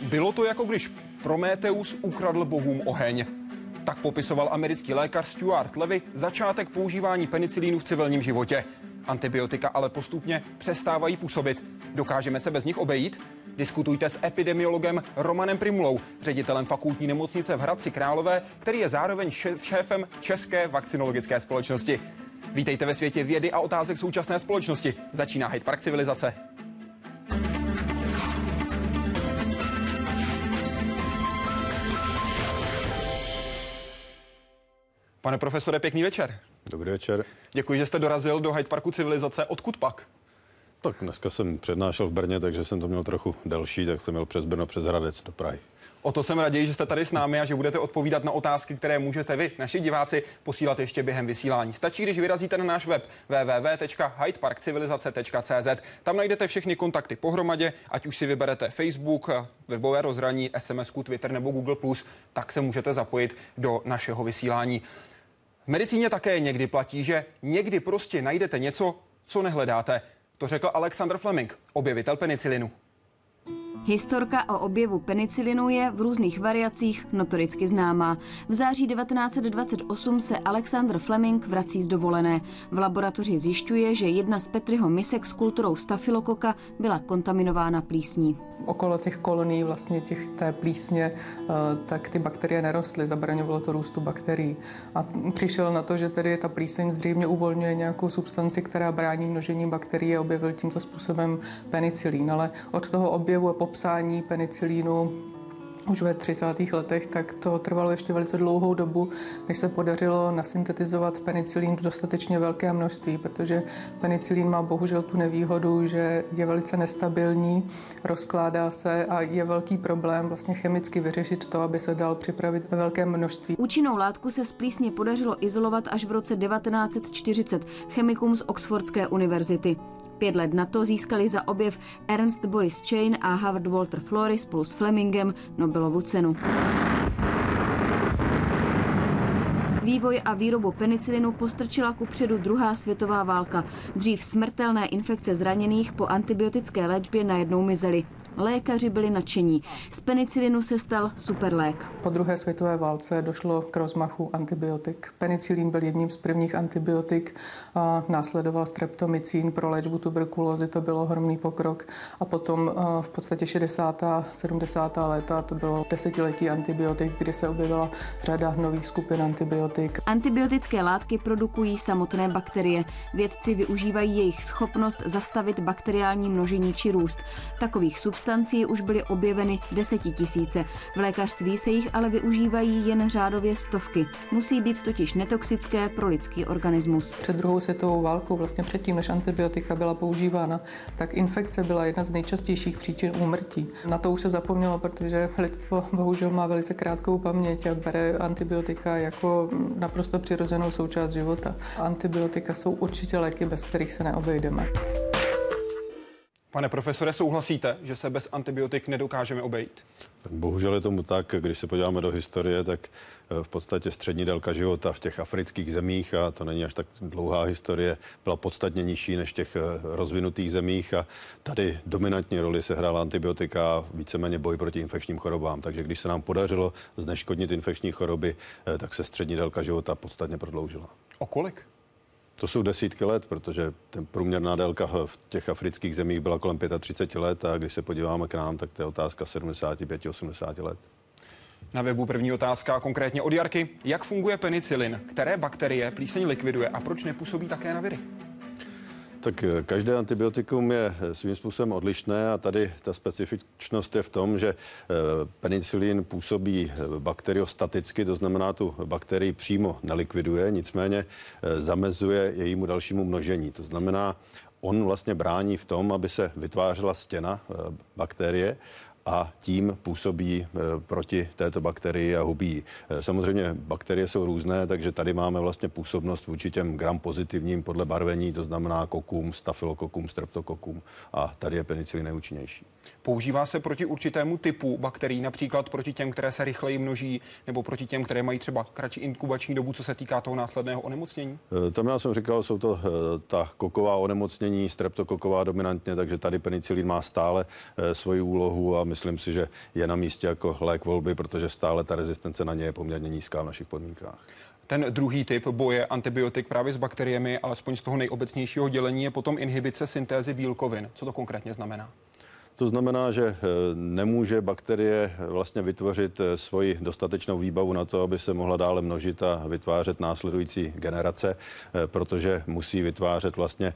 Bylo to, jako když Prometheus ukradl bohům oheň. Tak popisoval americký lékař Stuart Levy začátek používání penicilínu v civilním životě. Antibiotika ale postupně přestávají působit. Dokážeme se bez nich obejít? Diskutujte s epidemiologem Romanem Primulou, ředitelem fakultní nemocnice v Hradci Králové, který je zároveň šéfem České vakcinologické společnosti. Vítejte ve světě vědy a otázek současné společnosti. Začíná Hyde Park civilizace. Pane profesore, pěkný večer. Dobrý večer. Děkuji, že jste dorazil do Hyde Parku civilizace. Odkud pak? Tak dneska jsem přednášel v Brně, takže jsem to měl trochu delší, tak jsem měl přes Brno, přes Hradec do Prahy. O to jsem raději, že jste tady s námi a že budete odpovídat na otázky, které můžete vy, naši diváci, posílat ještě během vysílání. Stačí, když vyrazíte na náš web www.hydeparkcivilizace.cz. Tam najdete všechny kontakty pohromadě, ať už si vyberete Facebook, webové rozhraní, SMS-ku, Twitter nebo Google+, tak se můžete zapojit do našeho vysílání. V medicíně také někdy platí, že někdy prostě najdete něco, co nehledáte. To řekl Alexander Fleming, objevitel penicilinu. Historka o objevu penicilinu je v různých variacích notoricky známá. V září 1928 se Alexander Fleming vrací z dovolené. V laboratoři zjišťuje, že jedna z Petryho misek s kulturou stafylokoka byla kontaminována plísní. Okolo těch kolonií vlastně té plísně, tak ty bakterie nerostly, zabraňovalo to růstu bakterií. A přišel na to, že tedy ta plíseň zřejmě uvolňuje nějakou substanci, která brání množení bakterií, a objevil tímto způsobem penicilín. Ale od toho objevu a popsání penicilínu už ve 30. letech, tak to trvalo ještě velice dlouhou dobu, než se podařilo nasyntetizovat penicilín v dostatečně velké množství, protože penicilín má bohužel tu nevýhodu, že je velice nestabilní, rozkládá se a je velký problém vlastně chemicky vyřešit to, aby se dal připravit ve velkém množství. Účinnou látku se z plísně podařilo izolovat až v roce 1940 chemikům z Oxfordské univerzity. 5 let na to získali za objev Ernst Boris Chain a Howard Walter Florey spolu s Flemingem Nobelovu cenu. Vývoj a výrobu penicilinu postrčila kupředu druhá světová válka. Dřív smrtelné infekce zraněných po antibiotické léčbě najednou mizely. Lékaři byli nadšení. Z penicilinu se stal superlék. Po druhé světové válce došlo k rozmachu antibiotik. Penicilin byl jedním z prvních antibiotik a následoval streptomycin pro léčbu tuberkulózy, to byl ohromný pokrok. A potom v podstatě 60. a 70. léta to bylo desetiletí antibiotik, kdy se objevila řada nových skupin antibiotik. Antibiotické látky produkují samotné bakterie. Vědci využívají jejich schopnost zastavit bakteriální množení či růst. Takových substancí už byly objeveny 10 000. V lékařství se jich ale využívají jen řádově stovky. Musí být totiž netoxické pro lidský organismus. Před druhou světovou válkou, vlastně předtím, než antibiotika byla používána, tak infekce byla jedna z nejčastějších příčin úmrtí. Na to už se zapomnělo, protože lidstvo bohužel má velice krátkou paměť a bere antibiotika jako naprosto přirozenou součást života. Antibiotika jsou určitě léky, bez kterých se neobejdeme. Pane profesore, souhlasíte, že se bez antibiotik nedokážeme obejít? Bohužel je tomu tak, když se podíváme do historie, tak v podstatě střední délka života v těch afrických zemích, a to není až tak dlouhá historie, byla podstatně nižší než v těch rozvinutých zemích, a tady dominantní roli se hrála antibiotika a víceméně boj proti infekčním chorobám. Takže když se nám podařilo zneškodnit infekční choroby, tak se střední délka života podstatně prodloužila. O kolik? To jsou desítky let, protože ten průměrná délka v těch afrických zemích byla kolem 35 let, a když se podíváme k nám, tak to je otázka 75-80 let. Na webu první otázka, konkrétně od Jarky. Jak funguje penicilin? Které bakterie plíseň likviduje a proč nepůsobí také na viry? Tak každé antibiotikum je svým způsobem odlišné a tady ta specifičnost je v tom, že penicilin působí bakteriostaticky, to znamená tu bakterii přímo nelikviduje, nicméně zamezuje jejímu dalšímu množení. To znamená, on vlastně brání v tom, aby se vytvářela stěna bakterie, a tím působí proti této bakterii a hubí. Samozřejmě bakterie jsou různé, takže tady máme vlastně působnost vůči těm gram-pozitivním podle barvení, to znamená kokům, stafylokokům, streptokokům, a tady je penicilin nejúčinnější. Používá se proti určitému typu bakterií, například proti těm, které se rychleji množí, nebo proti těm, které mají třeba kratší inkubační dobu, co se týká toho následného onemocnění? Tam já jsem říkal, jsou to ta koková onemocnění, streptokoková dominantně, takže tady penicilin má stále svoji úlohu a my myslím si, že je na místě jako lék volby, protože stále ta rezistence na ně je poměrně nízká v našich podmínkách. Ten druhý typ boje antibiotik právě s bakteriemi, alespoň z toho nejobecnějšího dělení, je potom inhibice syntézy bílkovin. Co to konkrétně znamená? To znamená, že nemůže bakterie vlastně vytvořit svoji dostatečnou výbavu na to, aby se mohla dále množit a vytvářet následující generace, protože musí vytvářet vlastně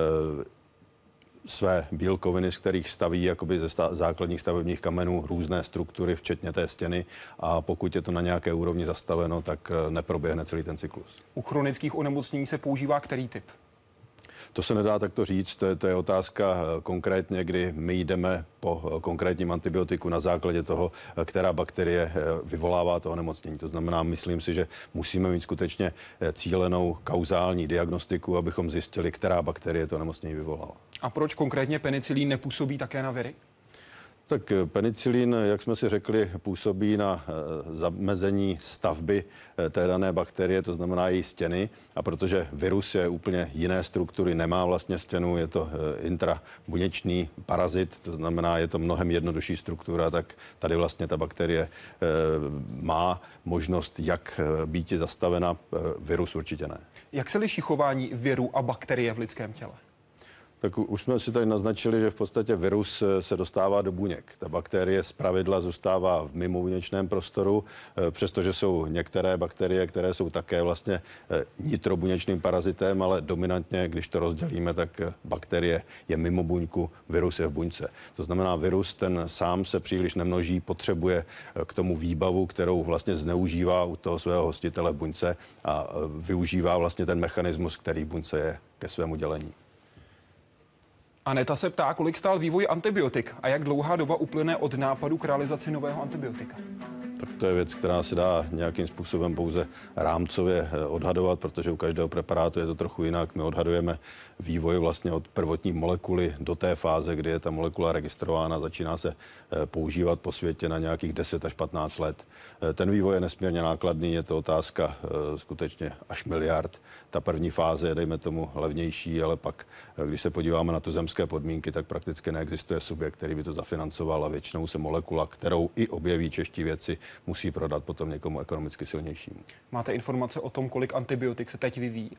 své bílkoviny, z kterých staví jakoby ze základních stavebních kamenů různé struktury, včetně té stěny, a pokud je to na nějaké úrovni zastaveno, tak neproběhne celý ten cyklus. U chronických onemocnění se používá který typ? To se nedá takto říct, to je otázka konkrétně, kdy my jdeme po konkrétním antibiotiku na základě toho, která bakterie vyvolává to onemocnění. To znamená, myslím si, že musíme mít skutečně cílenou kauzální diagnostiku, abychom zjistili, která bakterie to onemocnění vyvolala. A proč konkrétně penicilín nepůsobí také na viry? Tak penicilin, jak jsme si řekli, působí na zamezení stavby té dané bakterie, to znamená její stěny. A protože virus je úplně jiné struktury, nemá vlastně stěnu, je to intrabuněčný parazit, to znamená, je to mnohem jednodušší struktura, tak tady vlastně ta bakterie má možnost, jak být zastavena, virus určitě ne. Jak se liší chování viru a bakterie v lidském těle? Tak už jsme si tady naznačili, že v podstatě virus se dostává do buněk. Ta bakterie zpravidla zůstává v mimobuněčném prostoru, přestože jsou některé bakterie, které jsou také vlastně nitrobuněčným parazitem, ale dominantně, když to rozdělíme, tak bakterie je mimo buňku, virus je v buňce. To znamená, virus ten sám se příliš nemnoží, potřebuje k tomu výbavu, kterou vlastně zneužívá u toho svého hostitele v buňce a využívá vlastně ten mechanismus, který v buňce je ke svému dělení. Aneta se ptá, kolik stál vývoj antibiotik a jak dlouhá doba uplyne od nápadu k realizaci nového antibiotika. Tak to je věc, která se dá nějakým způsobem pouze rámcově odhadovat, protože u každého preparátu je to trochu jinak. My odhadujeme vývoj vlastně od prvotní molekuly do té fáze, kdy je ta molekula registrována, začíná se používat po světě na nějakých 10 až 15 let. Ten vývoj je nesmírně nákladný, je to otázka skutečně až miliard. Ta první fáze je, dejme tomu, levnější, ale pak, když se podíváme na tuzemské podmínky, tak prakticky neexistuje subjekt, který by to zafinancoval, a většinou se molekula, kterou i objeví čeští vědci, musí prodat potom někomu ekonomicky silnějšímu. Máte informace o tom, kolik antibiotik se teď vyvíjí?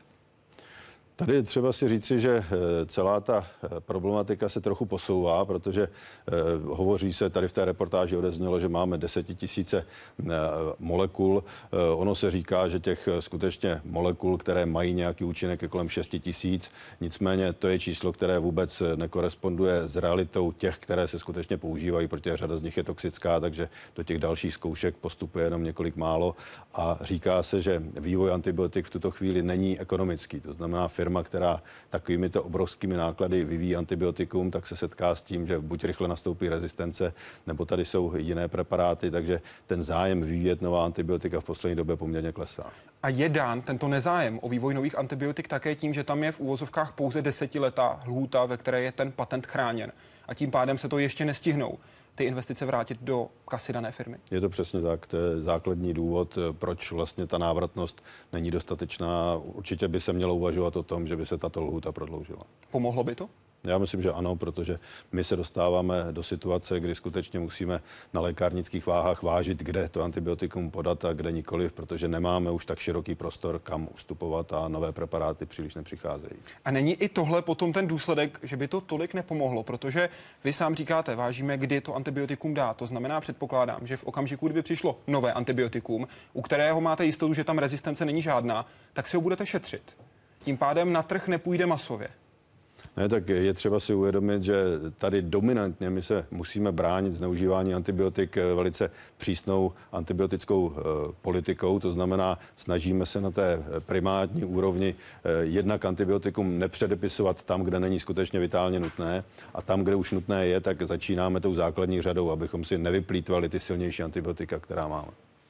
Tady je třeba si říci, že celá ta problematika se trochu posouvá, protože hovoří se, tady v té reportáži odeznělo, že máme 10 000 molekul. Ono se říká, že těch skutečně molekul, které mají nějaký účinek, je kolem 6 000. Nicméně to je číslo, které vůbec nekoresponduje s realitou těch, které se skutečně používají, protože řada z nich je toxická, takže do těch dalších zkoušek postupuje jenom několik málo. A říká se, že vývoj antibiotik v tuto chvíli není ekonomický. To znamená, firma, která takovýmito obrovskými náklady vyvíjí antibiotikum, tak se setká s tím, že buď rychle nastoupí rezistence, nebo tady jsou jiné preparáty, takže ten zájem vyvíjet nová antibiotika v poslední době poměrně klesá. A je dán tento nezájem o vývoj nových antibiotik také tím, že tam je v úvozovkách pouze 10letá lhůta, ve které je ten patent chráněn, a tím pádem se to ještě nestihnou ty investice vrátit do kasy dané firmy? Je to přesně tak, to je základní důvod, proč vlastně ta návratnost není dostatečná. Určitě by se mělo uvažovat o tom, že by se tato lhůta prodloužila. Pomohlo by to? Já myslím, že ano, protože my se dostáváme do situace, kdy skutečně musíme na lékárnických váhách vážit, kde to antibiotikum podat a kde nikoliv, protože nemáme už tak široký prostor, kam ustupovat, a nové preparáty příliš nepřicházejí. A není i tohle potom ten důsledek, že by to tolik nepomohlo, protože vy sám říkáte, vážíme, kdy to antibiotikum dá. To znamená, předpokládám, že v okamžiku, kdyby přišlo nové antibiotikum, u kterého máte jistotu, že tam rezistence není žádná, tak si ho budete šetřit. Tím pádem na trh nepůjde masově. Ne, tak je třeba si uvědomit, že tady dominantně my se musíme bránit zneužívání antibiotik velice přísnou antibiotickou politikou. To znamená, snažíme se na té primární úrovni jednak antibiotikum nepředepisovat tam, kde není skutečně vitálně nutné, a tam, kde už nutné je, tak začínáme tou základní řadou, abychom si nevyplýtvali ty silnější antibiotika, která máme.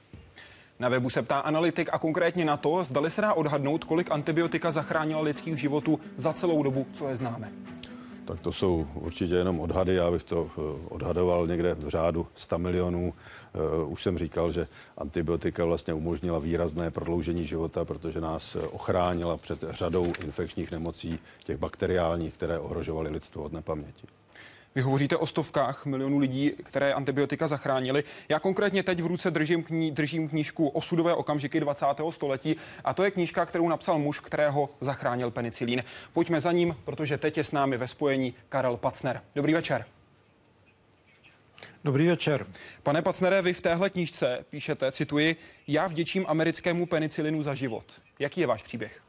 Na webu se ptá analytik a konkrétně na to, zdali se dá odhadnout, kolik antibiotika zachránila lidských životů za celou dobu, co je známe. Tak to jsou určitě jenom odhady, já bych to odhadoval někde v řádu 100 milionů. Už jsem říkal, že antibiotika vlastně umožnila výrazné prodloužení života, protože nás ochránila před řadou infekčních nemocí, těch bakteriálních, které ohrožovaly lidstvo od nepaměti. Vy hovoříte o stovkách milionů lidí, které antibiotika zachránily. Já konkrétně teď v ruce držím knížku Osudové okamžiky 20. století a to je knížka, kterou napsal muž, kterého zachránil penicilín. Pojďme za ním, protože teď je s námi ve spojení Karel Pacner. Dobrý večer. Dobrý večer. Pane Pacnere, vy v téhle knížce píšete, cituji, já vděčím americkému penicilinu za život. Jaký je váš příběh?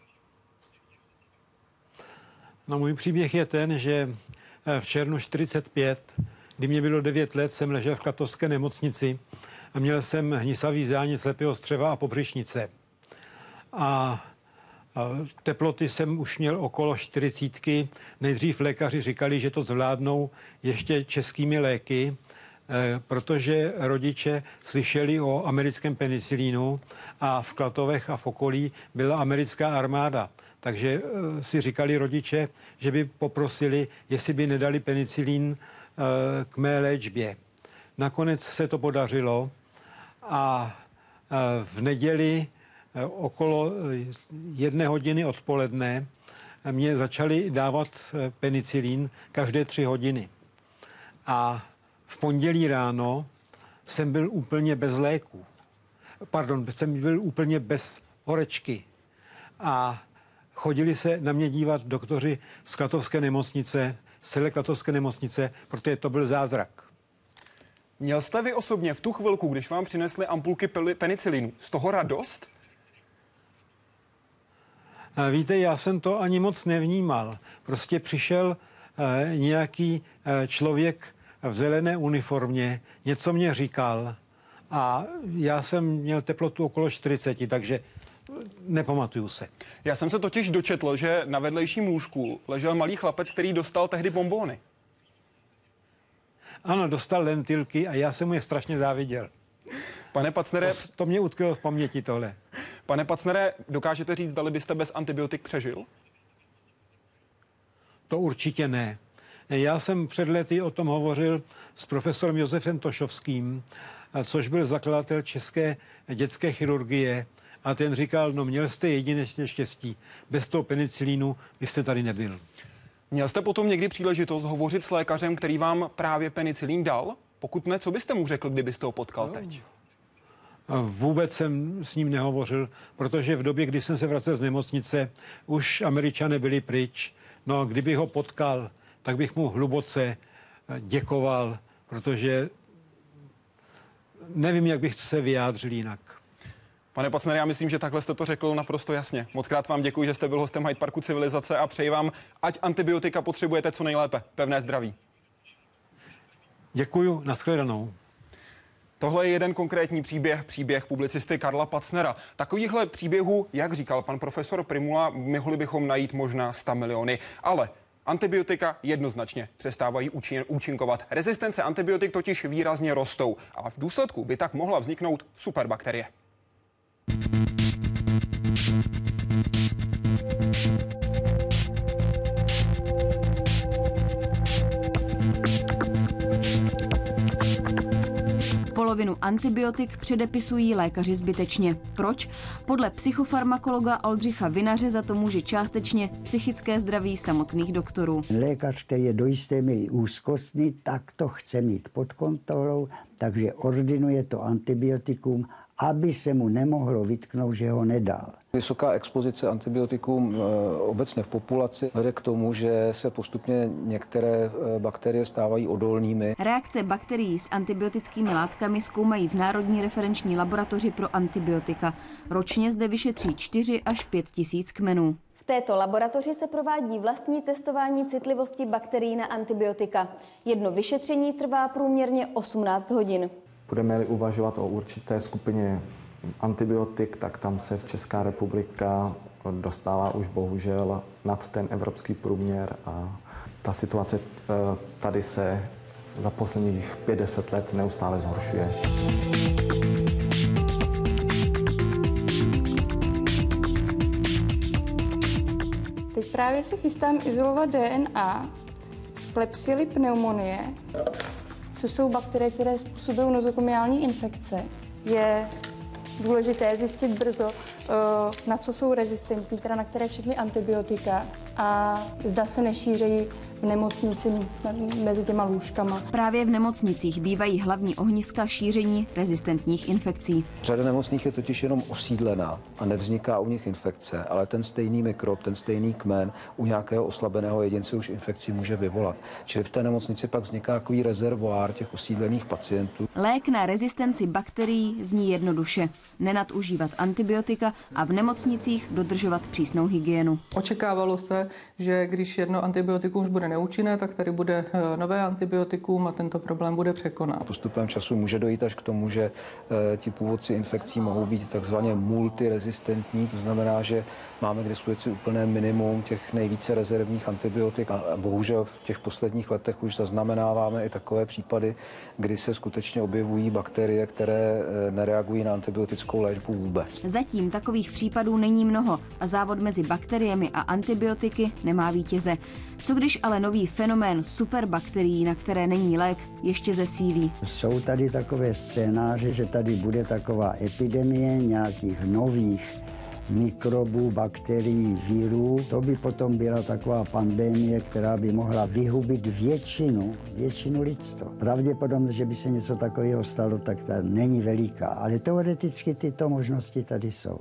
No, můj příběh je ten, že v červnu 1945, kdy mě bylo 9 let, jsem ležel v Klatovské nemocnici a měl jsem hnisavý zánět slepého střeva a pobřišnice. A teploty jsem už měl okolo 40. Nejdřív lékaři říkali, že to zvládnou ještě českými léky, protože rodiče slyšeli o americkém penicilínu a v Klatovech a v okolí byla americká armáda. Takže si říkali rodiče, že by poprosili, jestli by nedali penicilín k mé léčbě. Nakonec se to podařilo a v neděli okolo 1 hodiny odpoledne mě začali dávat penicilín každé 3 hodiny. A v pondělí ráno jsem byl úplně bez léků. Jsem byl úplně bez horečky. A chodili se na mě dívat doktoři z Klatovské nemocnice, z celé Klatovské nemocnice, protože to byl zázrak. Měl jste vy osobně v tu chvilku, když vám přinesli ampulky penicilinu, z toho radost? Víte, já jsem to ani moc nevnímal. Prostě přišel nějaký člověk v zelené uniformě, něco mě říkal a já jsem měl teplotu okolo 40, takže nepamatuju se. Já jsem se totiž dočetl, že na vedlejším lůžku ležel malý chlapec, který dostal tehdy bonbóny. Ano, dostal lentilky a já jsem mu je strašně záviděl. Pane Pacnere, to mě utkvělo v paměti tohle. Pane Pacnere, dokážete říct, zdali byste bez antibiotik přežil? To určitě ne. Já jsem před lety o tom hovořil s profesorem Josefem Tošovským, což byl zakladatel české dětské chirurgie. A ten říkal, no měl jste jedinečné štěstí. Bez toho penicilínu byste tady nebyl. Měl jste potom někdy příležitost hovořit s lékařem, který vám právě penicilín dal? Pokud ne, co byste mu řekl, kdybyste ho potkal teď? Vůbec jsem s ním nehovořil, protože v době, kdy jsem se vracel z nemocnice, už Američané byli pryč. No a kdybych ho potkal, tak bych mu hluboce děkoval, protože nevím, jak bych se vyjádřil jinak. Pane Pacnere, já myslím, že takhle jste to řekl naprosto jasně. Mockrát vám děkuji, že jste byl hostem Hyde Parku Civilizace a přeji vám, ať antibiotika potřebujete co nejlépe. Pevné zdraví. Děkuju, nashledanou. Tohle je jeden konkrétní příběh publicisty Karla Pacnera. Takovýchhle příběhů, jak říkal pan profesor Prymula, mohli bychom najít možná 100 miliony. Ale antibiotika jednoznačně přestávají účinkovat. Rezistence antibiotik totiž výrazně rostou a v důsledku by tak mohla vzniknout superbakterie. Polovinu antibiotik předepisují lékaři zbytečně. Proč? Podle psychofarmakologa Oldřicha Vinaře za to může částečně psychické zdraví samotných doktorů. Lékař, který je do jisté míry úzkostný, tak to chce mít pod kontrolou, takže ordinuje to antibiotikum, aby se mu nemohlo vytknout, že ho nedal. Vysoká expozice antibiotikům obecně v populaci vede k tomu, že se postupně některé bakterie stávají odolnými. Reakce bakterií s antibiotickými látkami zkoumají v Národní referenční laboratoři pro antibiotika. Ročně zde vyšetří 4 až 5 tisíc kmenů. V této laboratoři se provádí vlastní testování citlivosti bakterií na antibiotika. Jedno vyšetření trvá průměrně 18 hodin. Budeme-li uvažovat o určité skupině antibiotik, tak tam se Česká republika dostává už bohužel nad ten evropský průměr a ta situace tady se za posledních 50 let neustále zhoršuje. Teď právě se chystám izolovat DNA z Klebsiella pneumoniae, což jsou bakterie, které způsobují nozokomiální infekce. Je Důležité je zjistit brzo, na co jsou rezistentní, teda na které všechny antibiotika a zda se nešířejí v nemocnici mezi těma lůžkama. Právě v nemocnicích bývají hlavní ohniska šíření rezistentních infekcí. Řada nemocných je totiž jenom osídlená a nevzniká u nich infekce, ale ten stejný mikrob, ten stejný kmen u nějakého oslabeného jedince už infekci může vyvolat. Čili v té nemocnici pak vzniká takový rezervoár těch osídlených pacientů. Lék na rezistenci bakterií zní jednoduše. Nenadužívat antibiotika a v nemocnicích dodržovat přísnou hygienu. Očekávalo se, že když jedno antibiotikum už bude neúčinné, tak tady bude nové antibiotikum a tento problém bude překonán. Postupem času může dojít až k tomu, že ti původci infekcí mohou být takzvaně multirezistentní, to znamená, že máme k dispozici úplné minimum těch nejvíce rezervních antibiotik a bohužel v těch posledních letech už zaznamenáváme i takové případy, kdy se skutečně objevují bakterie, které nereagují na antibiotickou léčbu vůbec. Zatím takových případů není mnoho a závod mezi bakteriemi a antibiotiky nemá vítěze. Co když ale nový fenomén superbakterií, na které není lék, ještě zesílí? Jsou tady takové scénáře, že tady bude taková epidemie nějakých nových mikrobů, bakterií, virů. To by potom byla taková pandemie, která by mohla vyhubit většinu lidstva. Pravděpodobnost, že by se něco takového stalo, tak ta není veliká, ale teoreticky tyto možnosti tady jsou.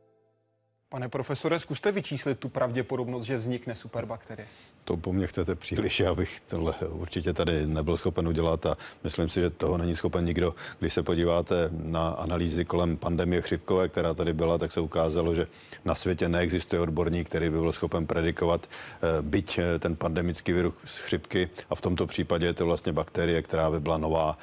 Pane profesore, zkuste vyčíslit tu pravděpodobnost, že vznikne superbakterie. To po mně chcete příliš, já bych tohle určitě tady nebyl schopen udělat a myslím si, že toho není schopen nikdo. Když se podíváte na analýzy kolem pandemie chřipkové, která tady byla, tak se ukázalo, že na světě neexistuje odborník, který by byl schopen predikovat byť ten pandemický virus chřipky a v tomto případě je to vlastně bakterie, která by byla nová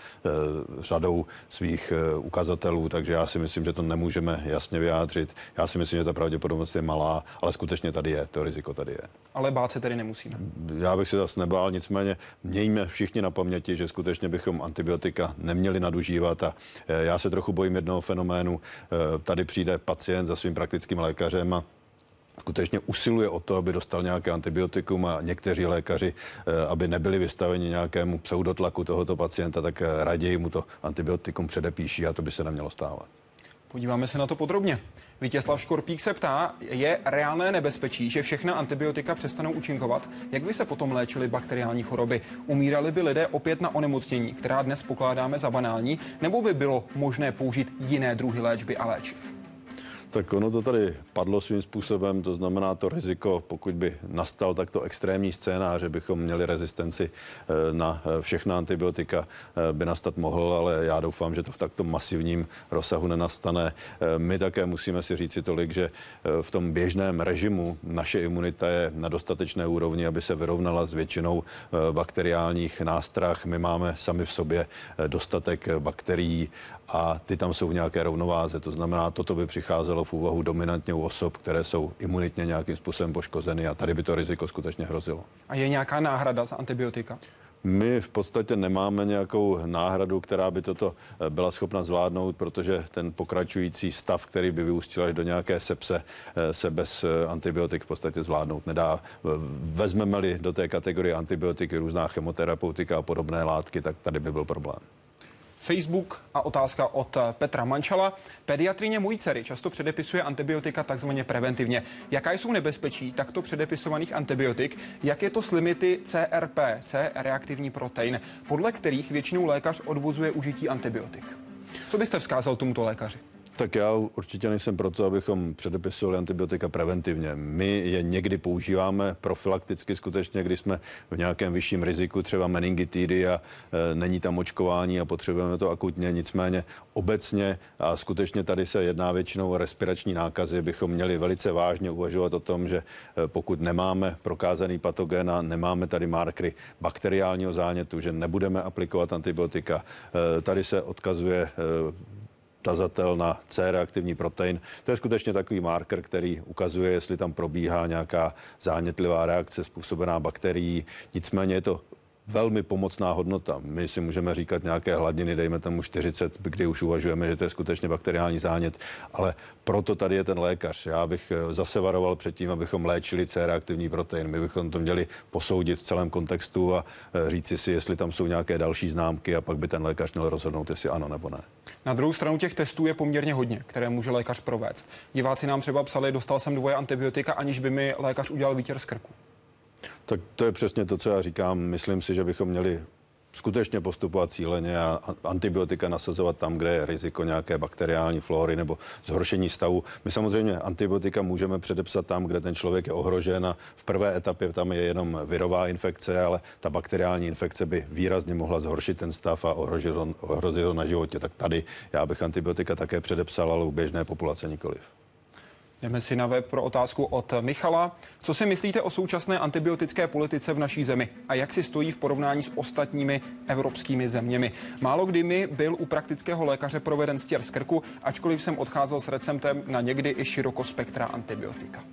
řadou svých ukazatelů, takže já si myslím, že to nemůžeme jasně vyjádřit. Já si myslím, že ta pravděpodobnost je malá, ale skutečně tady je, to riziko tady je. Ale bát se tedy nemusíme. Já bych se zase nebál, nicméně mějme všichni na paměti, že skutečně bychom antibiotika neměli nadužívat a já se trochu bojím jednoho fenoménu. Tady přijde pacient za svým praktickým lékařem a skutečně usiluje o to, aby dostal nějaké antibiotikum a někteří lékaři, aby nebyli vystaveni nějakému pseudotlaku tohoto pacienta, tak raději mu to antibiotikum předepíší a to by se nemělo stávat. Podíváme se na to podrobně. Vítězslav Škorpík se ptá, je reálné nebezpečí, že všechna antibiotika přestanou účinkovat? Jak by se potom léčily bakteriální choroby? Umírali by lidé opět na onemocnění, která dnes pokládáme za banální, nebo by bylo možné použít jiné druhy léčby a léčiv? Tak ono to tady padlo svým způsobem, to znamená to riziko, pokud by nastal takto extrémní scénář, že bychom měli rezistenci na všechna antibiotika, by nastat mohl, ale já doufám, že to v takto masivním rozsahu nenastane. My také musíme si říct si tolik, že v tom běžném režimu naše imunita je na dostatečné úrovni, aby se vyrovnala s většinou bakteriálních nástrah. My máme sami v sobě dostatek bakterií a ty tam jsou v nějaké rovnováze. To znamená, toto by přicházelo v úvahu dominantně u osob, které jsou imunitně nějakým způsobem poškozeny a tady by to riziko skutečně hrozilo. A je nějaká náhrada za antibiotika? My v podstatě nemáme nějakou náhradu, která by toto byla schopna zvládnout, protože ten pokračující stav, který by vyústil až do nějaké sepse, se bez antibiotik v podstatě zvládnout nedá. Vezmeme-li do té kategorie antibiotiky různá chemoterapeutika a podobné látky, tak tady by byl problém. Facebook a otázka od Petra Mančala. Pediatrině mojí dcery často předepisuje antibiotika takzvaně preventivně. Jaká jsou nebezpečí takto předepisovaných antibiotik? Jak je to s limity CRP, C-reaktivní protein, podle kterých většinou lékař odvozuje užití antibiotik? Co byste vzkázal tomuto lékaři? Tak já určitě nejsem proto, abychom předepisovali antibiotika preventivně. My je někdy používáme profilakticky skutečně, když jsme v nějakém vyšším riziku, třeba meningitidy a není tam očkování a potřebujeme to akutně. Nicméně obecně a skutečně tady se jedná většinou o respirační nákazy, bychom měli velice vážně uvažovat o tom, že pokud nemáme prokázaný patogen a nemáme tady markery bakteriálního zánětu, že nebudeme aplikovat antibiotika. Tady se odkazuje tazatel na C-reaktivní protein. To je skutečně takový marker, který ukazuje, jestli tam probíhá nějaká zánětlivá reakce způsobená bakterií. Nicméně je to velmi pomocná hodnota. My si můžeme říkat nějaké hladiny, dejme tomu 40, kdy už uvažujeme, že to je skutečně bakteriální zánět, ale proto tady je ten lékař. Já bych zase varoval před tím, abychom léčili C-reaktivní protein. My bychom to měli posoudit v celém kontextu a říci si, jestli tam jsou nějaké další známky a pak by ten lékař měl rozhodnout, jestli ano nebo ne. Na druhou stranu těch testů je poměrně hodně, které může lékař provést. Diváci nám třeba psali, dostal jsem 2 antibiotika, aniž by mi lékař udělal výtěr z krku. Tak to je přesně to, co já říkám. Myslím si, že bychom měli skutečně postupovat cíleně a antibiotika nasazovat tam, kde je riziko nějaké bakteriální flóry nebo zhoršení stavu. My samozřejmě antibiotika můžeme předepsat tam, kde ten člověk je ohrožen a v prvé etapě tam je jenom virová infekce, ale ta bakteriální infekce by výrazně mohla zhoršit ten stav a ohrozit ho na životě. Tak tady já bych antibiotika také předepsal, ale u běžné populace nikoliv. Jdeme si na web pro otázku od Michala. Co si myslíte o současné antibiotické politice v naší zemi a jak si stojí v porovnání s ostatními evropskými zeměmi? Málo kdy mi byl u praktického lékaře proveden stěr z krku, ačkoliv jsem odcházel s receptem na někdy i širokospektrá antibiotika.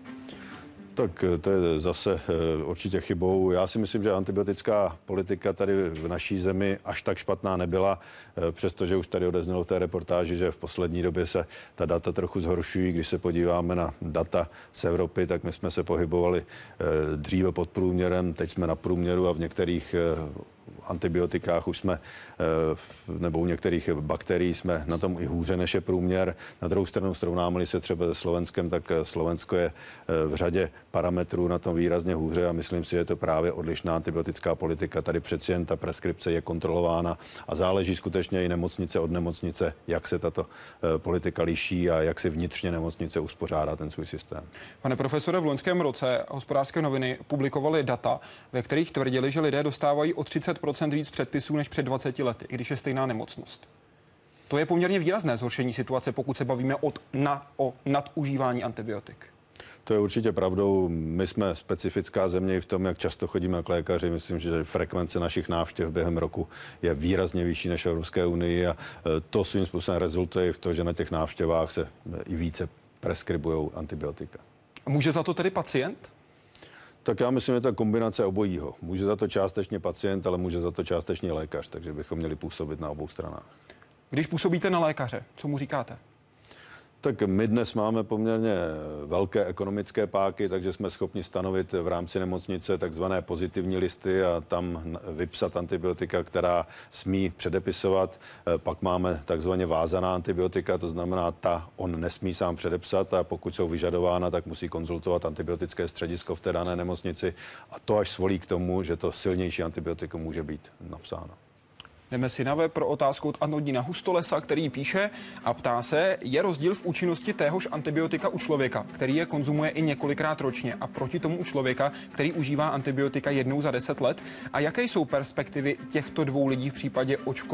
Tak to je zase určitě chybou. Já si myslím, že antibiotická politika tady v naší zemi až tak špatná nebyla, přestože už tady odeznělo v té reportáži, že v poslední době se ta data trochu zhoršují. Když se podíváme na data z Evropy, tak my jsme se pohybovali dříve pod průměrem, teď jsme na průměru a v některých antibiotikách už jsme, nebo u některých bakterií jsme na tom i hůře než je průměr. Na druhou stranu srovnáme-li se třeba se Slovenskem, tak Slovensko je v řadě parametrů na tom výrazně hůře a myslím si, že je to právě odlišná antibiotická politika. Tady přeci jen ta preskripce je kontrolována a záleží skutečně i nemocnice od nemocnice, jak se tato politika liší a jak si vnitřně nemocnice uspořádá ten svůj systém. Pane profesore, v loňském roce Hospodářské noviny publikovaly data, ve kterých tvrdili, že lidé dostávají o 30% víc předpisů než před 20 lety, i když je stejná nemocnost. To je poměrně výrazné zhoršení situace, pokud se bavíme o nadužívání antibiotik. To je určitě pravdou. My jsme specifická země i v tom, jak často chodíme k lékaři. Myslím, že frekvence našich návštěv během roku je výrazně vyšší než v Evropské unii a to svým způsobem rezultuje i v tom, že na těch návštěvách se i více preskribují antibiotika. A může za to tedy pacient? Tak já myslím, že to je kombinace obojího. Může za to částečně pacient, ale může za to částečně lékař, takže bychom měli působit na obou stranách. Když působíte na lékaře, co mu říkáte? Tak my dnes máme poměrně velké ekonomické páky, takže jsme schopni stanovit v rámci nemocnice takzvané pozitivní listy a tam vypsat antibiotika, která smí předepisovat. Pak máme takzvaně vázaná antibiotika, to znamená on nesmí sám předepsat a pokud jsou vyžadována, tak musí konzultovat antibiotické středisko v té dané nemocnici a to až svolí k tomu, že to silnější antibiotikum může být napsáno. Jdeme si na web pro otázku od Anodina Hustolesa, který píše a ptá se, je rozdíl v účinnosti téhož antibiotika u člověka, který je konzumuje i několikrát ročně a proti tomu u člověka, který užívá antibiotika jednou za 10 let? A jaké jsou perspektivy těchto dvou lidí v případě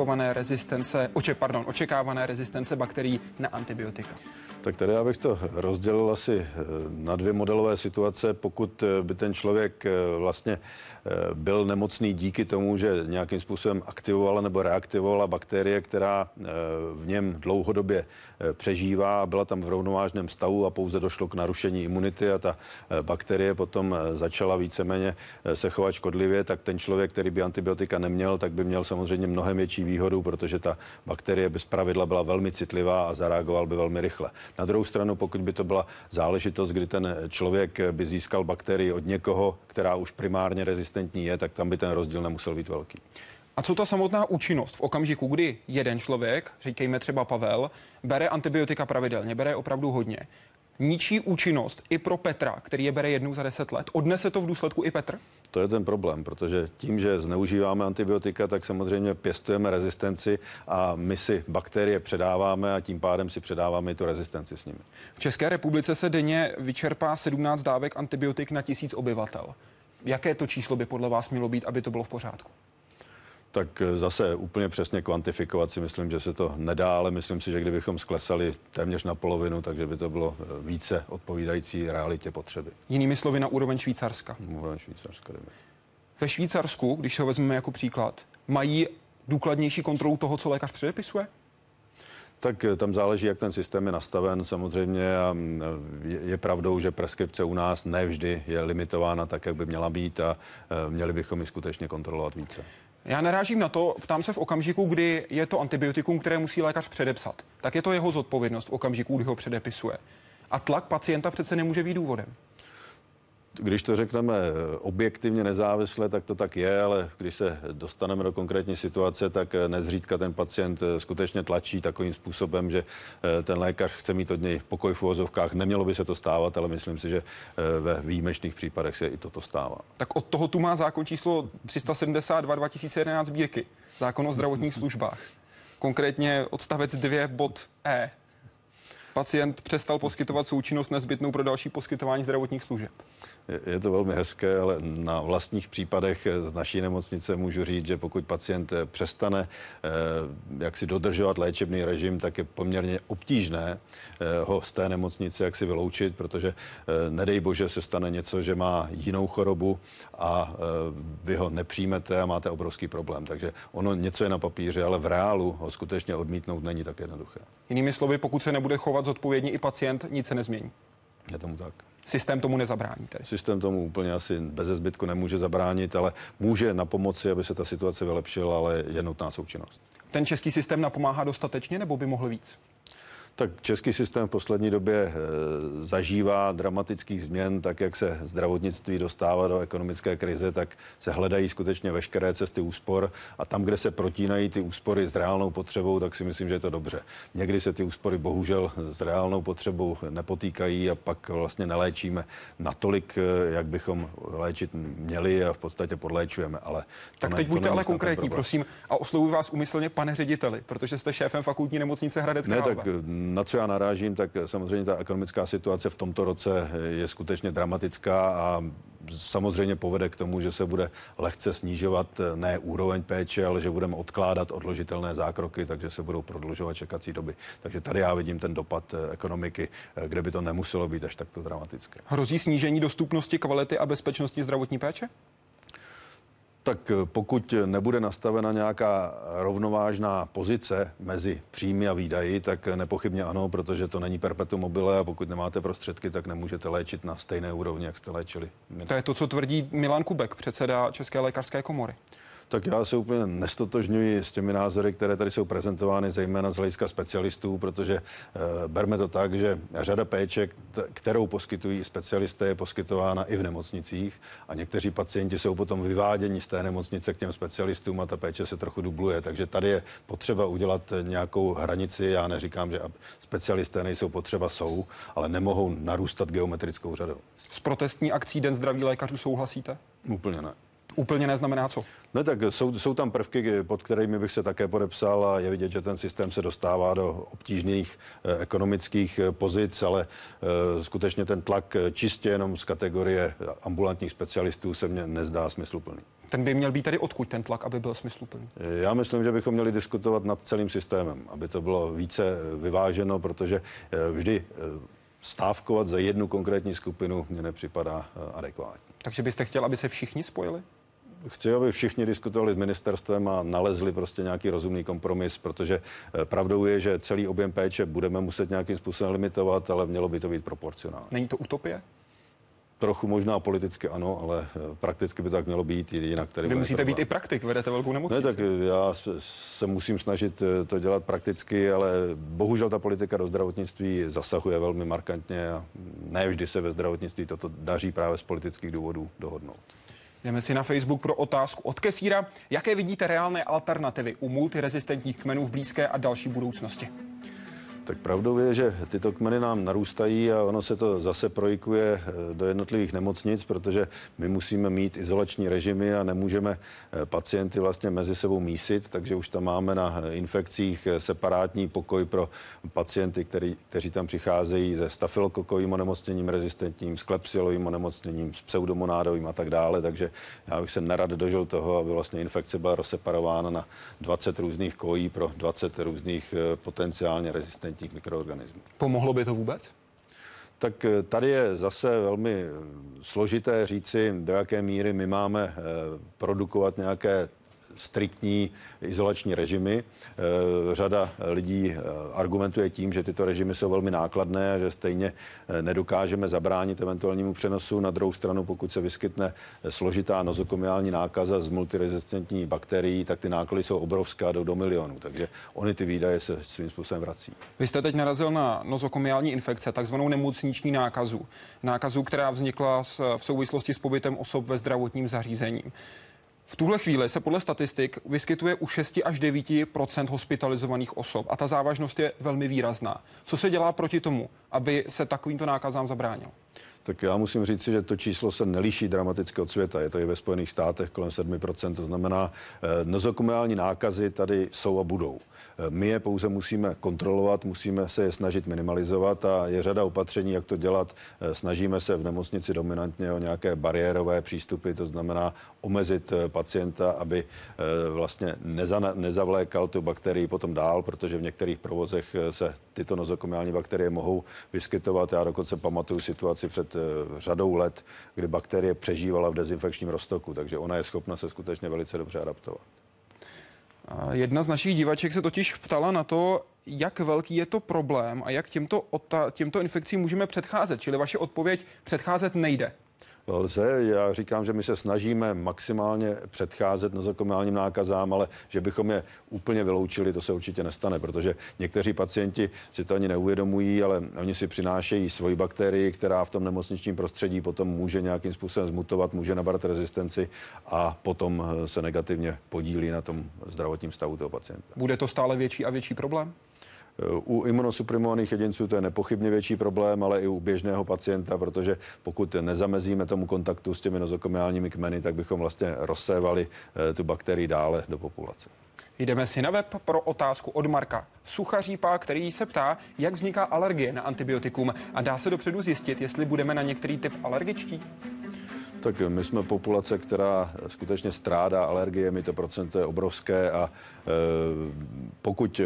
očekávané rezistence bakterií na antibiotika? Tak tady já bych to rozdělil asi na 2 modelové situace. Pokud by ten člověk vlastně byl nemocný díky tomu, že nějakým způsobem aktivovala nebo reaktivovala bakterie, která v něm dlouhodobě přežívá a byla tam v rovnovážném stavu a pouze došlo k narušení imunity a ta bakterie potom začala víceméně se chovat škodlivě, tak ten člověk, který by antibiotika neměl, tak by měl samozřejmě mnohem větší výhodu, protože ta bakterie bez pravidla byla velmi citlivá a zareagoval by velmi rychle. Na druhou stranu, pokud by to byla záležitost, kdy ten člověk by získal bakterii od někoho, která už primárně rezistentní je, tak tam by ten rozdíl nemusel být velký. A co ta samotná účinnost v okamžiku, kdy jeden člověk, říkejme třeba Pavel, bere antibiotika pravidelně, bere opravdu hodně, ničí účinnost i pro Petra, který je bere jednou za 10 let? Odnese to v důsledku i Petr? To je ten problém, protože tím, že zneužíváme antibiotika, tak samozřejmě pěstujeme rezistenci a my si bakterie předáváme a tím pádem si předáváme i tu rezistenci s nimi. V České republice se denně vyčerpá 17 dávek antibiotik na 1000 obyvatel. Jaké to číslo by podle vás mělo být, aby to bylo v pořádku? Tak zase úplně přesně kvantifikovat si myslím, že se to nedá, ale myslím si, že kdybychom sklesali téměř na polovinu, takže by to bylo více odpovídající realitě potřeby. Jinými slovy na úroveň Švýcarska. Úroveň Švýcarska. Ve Švýcarsku, když se ho vezmeme jako příklad, mají důkladnější kontrolu toho, co lékař předepisuje? Tak tam záleží, jak ten systém je nastaven samozřejmě a je pravdou, že preskripce u nás nevždy je limitována tak, jak by měla být a měli bychom ji skutečně kontrolovat více. Já narážím na to, ptám se v okamžiku, kdy je to antibiotikum, které musí lékař předepsat. Tak je to jeho zodpovědnost v okamžiku, kdy ho předepisuje. A tlak pacienta přece nemůže být důvodem. Když to řekneme objektivně nezávisle, tak to tak je, ale když se dostaneme do konkrétní situace, tak nezřídka ten pacient skutečně tlačí takovým způsobem, že ten lékař chce mít od něj pokoj v uvozovkách. Nemělo by se to stávat, ale myslím si, že ve výjimečných případech se i toto stává. Tak od toho tu má zákon číslo 372 2011 sbírky. Zákon o zdravotních službách. Konkrétně odstavec 2 bod E. Pacient přestal poskytovat součinnost nezbytnou pro další poskytování zdravotních služeb. Je to velmi hezké, ale na vlastních případech z naší nemocnice můžu říct, že pokud pacient přestane jak si dodržovat léčebný režim, tak je poměrně obtížné ho z té nemocnice jak si vyloučit, protože nedej bože se stane něco, že má jinou chorobu a vy ho nepřijmete a máte obrovský problém. Takže ono něco je na papíře, ale v reálu ho skutečně odmítnout není tak jednoduché. Jinými slovy, pokud se nebude chovat zodpovědně i pacient, nic se nezmění. Je tomu tak. Systém tomu nezabrání tedy. Systém tomu úplně asi bez zbytku nemůže zabránit, ale může napomoci, aby se ta situace vylepšila, ale je nutná součinnost. Ten český systém napomáhá dostatečně, nebo by mohl víc? Tak český systém v poslední době zažívá dramatických změn, tak jak se zdravotnictví dostává do ekonomické krize, tak se hledají skutečně veškeré cesty úspor a tam, kde se protínají ty úspory s reálnou potřebou, tak si myslím, že je to dobře. Někdy se ty úspory bohužel s reálnou potřebou nepotýkají a pak vlastně neléčíme natolik, jak bychom léčit měli a v podstatě podléčujeme. Ale tak teď buďte ale konkrétní, prosím, a oslovuji vás úmyslně pane řediteli, protože jste šéfem fakultní nemocnice Hradec Králové. Na co já narážím, tak samozřejmě ta ekonomická situace v tomto roce je skutečně dramatická a samozřejmě povede k tomu, že se bude lehce snižovat ne úroveň péče, ale že budeme odkládat odložitelné zákroky, takže se budou prodlužovat čekací doby. Takže tady já vidím ten dopad ekonomiky, kde by to nemuselo být až takto dramatické. Hrozí snížení dostupnosti, kvality a bezpečnosti zdravotní péče? Tak pokud nebude nastavena nějaká rovnovážná pozice mezi příjmy a výdaji, tak nepochybně ano, protože to není perpetuum mobile a pokud nemáte prostředky, tak nemůžete léčit na stejné úrovni, jak jste léčili. To je to, co tvrdí Milan Kubek, předseda České lékařské komory. Tak já se úplně nestotožňuji s těmi názory, které tady jsou prezentovány, zejména z hlediska specialistů, protože berme to tak, že řada péče, kterou poskytují specialisté, je poskytována i v nemocnicích a někteří pacienti jsou potom vyváděni z té nemocnice k těm specialistům a ta péče se trochu dubluje. Takže tady je potřeba udělat nějakou hranici. Já neříkám, že specialisté nejsou potřeba, jsou, ale nemohou narůstat geometrickou řadou. S protestní akcí Den zdraví lékařů souhlasíte? Úplně ne. Úplně neznamená co? Ne, tak jsou tam prvky, pod kterými bych se také podepsal a je vidět, že ten systém se dostává do obtížných ekonomických pozic, ale skutečně ten tlak čistě jenom z kategorie ambulantních specialistů se mně nezdá smysluplný. Ten by měl být tady odkud ten tlak, aby byl smysluplný? Já myslím, že bychom měli diskutovat nad celým systémem, aby to bylo více vyváženo, protože vždy stávkovat za jednu konkrétní skupinu mně nepřipadá adekvátní. Takže byste chtěl, aby se všichni spojili? Chci, aby všichni diskutovali s ministerstvem a nalezli prostě nějaký rozumný kompromis, protože pravdou je, že celý objem péče budeme muset nějakým způsobem limitovat, ale mělo by to být proporcionální. Není to utopie? Trochu možná politicky ano, ale prakticky by tak mělo být, jinak tady. Vy musíte být i praktik, vedete velkou nemocnici. Ne, tak já se musím snažit to dělat prakticky, ale bohužel ta politika do zdravotnictví zasahuje velmi markantně a ne vždy se ve zdravotnictví toto daří právě z politických důvodů dohodnout. Jdeme si na Facebook pro otázku od Kefíra. Jaké vidíte reálné alternativy u multirezistentních kmenů v blízké a další budoucnosti? Tak pravdou je, že tyto kmeny nám narůstají a ono se to zase projikuje do jednotlivých nemocnic, protože my musíme mít izolační režimy a nemůžeme pacienty vlastně mezi sebou mísit, takže už tam máme na infekcích separátní pokoj pro pacienty, kteří tam přicházejí se stafylokokovým onemocněním rezistentním, s klebsiellovým onemocněním, s pseudomonádovým a tak dále, takže já bych se nerad dožil toho, aby vlastně infekce byla rozseparována na 20 různých kojí pro 20 různých potenciálně rezistentních mikroorganismů. Pomohlo by to vůbec? Tak tady je zase velmi složité říci, do jaké míry my máme produkovat nějaké striktní izolační režimy. Řada lidí argumentuje tím, že tyto režimy jsou velmi nákladné a že stejně nedokážeme zabránit eventuálnímu přenosu. Na druhou stranu, pokud se vyskytne složitá nozokomiální nákaza z multirezistentní bakterií, tak ty náklady jsou obrovské a jdou do milionů. Takže ony ty výdaje se svým způsobem vrací. Vy jste teď narazil na nozokomiální infekce, takzvanou nemocniční nákazu. Nákazu, která vznikla v souvislosti s pobytem osob ve zdravotním zařízení. V tuhle chvíli se podle statistik vyskytuje u 6 až 9% hospitalizovaných osob a ta závažnost je velmi výrazná. Co se dělá proti tomu, aby se takovýmto nákazám zabránil? Tak já musím říct, že to číslo se neliší dramaticky od světa. Je to i ve Spojených státech kolem 7%. To znamená, nozokomiální nákazy tady jsou a budou. My je pouze musíme kontrolovat, musíme se je snažit minimalizovat a je řada opatření, jak to dělat. Snažíme se v nemocnici dominantně o nějaké bariérové přístupy, to znamená omezit pacienta, aby vlastně nezavlékal tu bakterii potom dál, protože v některých provozech se tyto nozokomiální bakterie mohou vyskytovat. Já dokonce pamatuju situaci před řadou let, kdy bakterie přežívala v dezinfekčním roztoku, takže ona je schopna se skutečně velice dobře adaptovat. Jedna z našich divaček se totiž ptala na to, jak velký je to problém a jak těmto infekcím můžeme předcházet. Čili vaše odpověď: předcházet nejde. Lze, já říkám, že my se snažíme maximálně předcházet nozokomiálním nákazám, ale že bychom je úplně vyloučili, to se určitě nestane, protože někteří pacienti si to ani neuvědomují, ale oni si přinášejí svoji bakterii, která v tom nemocničním prostředí potom může nějakým způsobem zmutovat, může nabrat rezistenci a potom se negativně podílí na tom zdravotním stavu toho pacienta. Bude to stále větší a větší problém? U imunosuprimovaných jedinců to je nepochybně větší problém, ale i u běžného pacienta, protože pokud nezamezíme tomu kontaktu s těmi nozokomiálními kmeny, tak bychom vlastně rozsévali tu bakterii dále do populace. Jdeme si na web pro otázku od Marka Suchařípa, který se ptá, jak vzniká alergie na antibiotikum a dá se dopředu zjistit, jestli budeme na některý typ alergičtí? Tak my jsme populace, která skutečně strádá alergiemi, to procento je obrovské a pokud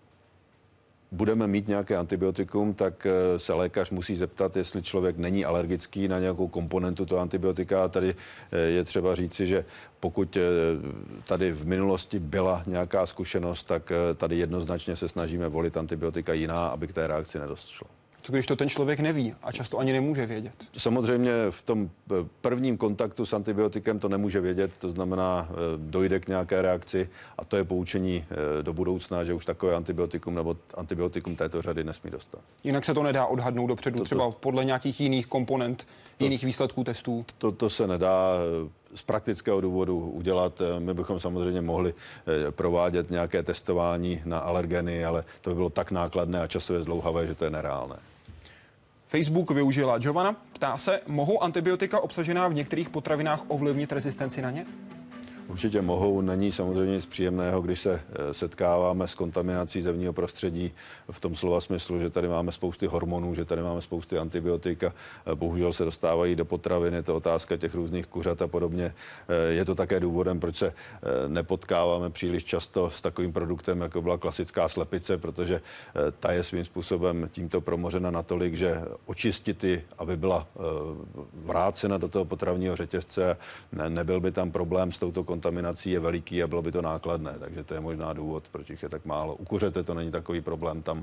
budeme mít nějaké antibiotikum, tak se lékař musí zeptat, jestli člověk není alergický na nějakou komponentu toho antibiotika. A tady je třeba říci, že pokud tady v minulosti byla nějaká zkušenost, tak tady jednoznačně se snažíme volit antibiotika jiná, aby k té reakci nedošlo. Co když to ten člověk neví a často ani nemůže vědět? Samozřejmě v tom prvním kontaktu s antibiotikem to nemůže vědět, to znamená, dojde k nějaké reakci a to je poučení do budoucna, že už takové antibiotikum nebo antibiotikum této řady nesmí dostat. Jinak se to nedá odhadnout dopředu, třeba podle nějakých jiných komponent, jiných výsledků testů? To se nedá z praktického důvodu udělat. My bychom samozřejmě mohli provádět nějaké testování na alergeny, ale to by bylo tak nákladné a časově zdlouhavé, že to je nereálné. Facebook využila Giovanna. Ptá se, mohou antibiotika obsažená v některých potravinách ovlivnit rezistenci na ně? Určitě mohou, není samozřejmě nic příjemného, když se setkáváme s kontaminací zevního prostředí v tom slova smyslu, že tady máme spousty hormonů, že tady máme spousty antibiotik a bohužel se dostávají do potravin, je to otázka těch různých kuřat a podobně. Je to také důvodem, proč se nepotkáváme příliš často s takovým produktem, jako byla klasická slepice, protože ta je svým způsobem tímto promořena natolik, že očistit ji, aby byla vrácena do toho potravního řetězce, nebyl by tam problém s touto kontaminací, je veliký a bylo by to nákladné, takže to je možná důvod, proč jich je tak málo. U kuřete to není takový problém, tam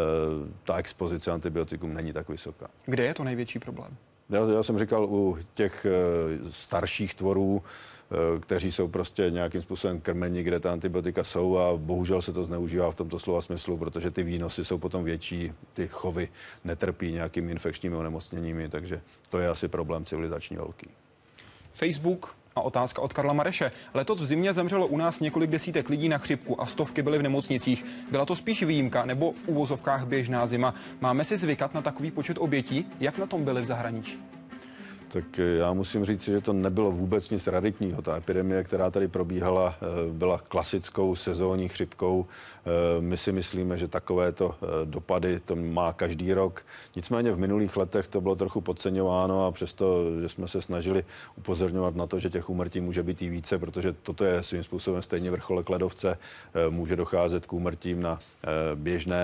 ta expozice antibiotikum není tak vysoká. Kde je to největší problém? Já jsem říkal u těch starších tvorů, kteří jsou prostě nějakým způsobem krmeni, kde ta antibiotika jsou a bohužel se to zneužívá v tomto slova smyslu, protože ty výnosy jsou potom větší, ty chovy netrpí nějakými infekčními onemocněními, takže to je asi problém civilizační velký. Facebook a otázka od Karla Mareše. Letos v zimě zemřelo u nás několik desítek lidí na chřipku a stovky byly v nemocnicích. Byla to spíš výjimka nebo v uvozovkách běžná zima? Máme si zvykat na takový počet obětí? Jak na tom byli v zahraničí? Tak já musím říct, že to nebylo vůbec nic raritního. Ta epidemie, která tady probíhala, byla klasickou sezónní chřipkou. My si myslíme, že takovéto dopady to má každý rok. Nicméně v minulých letech to bylo trochu podceňováno a přesto, že jsme se snažili upozorňovat na to, že těch úmrtí může být i více, protože toto je svým způsobem stejně vrcholek ledovce. Může docházet k úmrtím na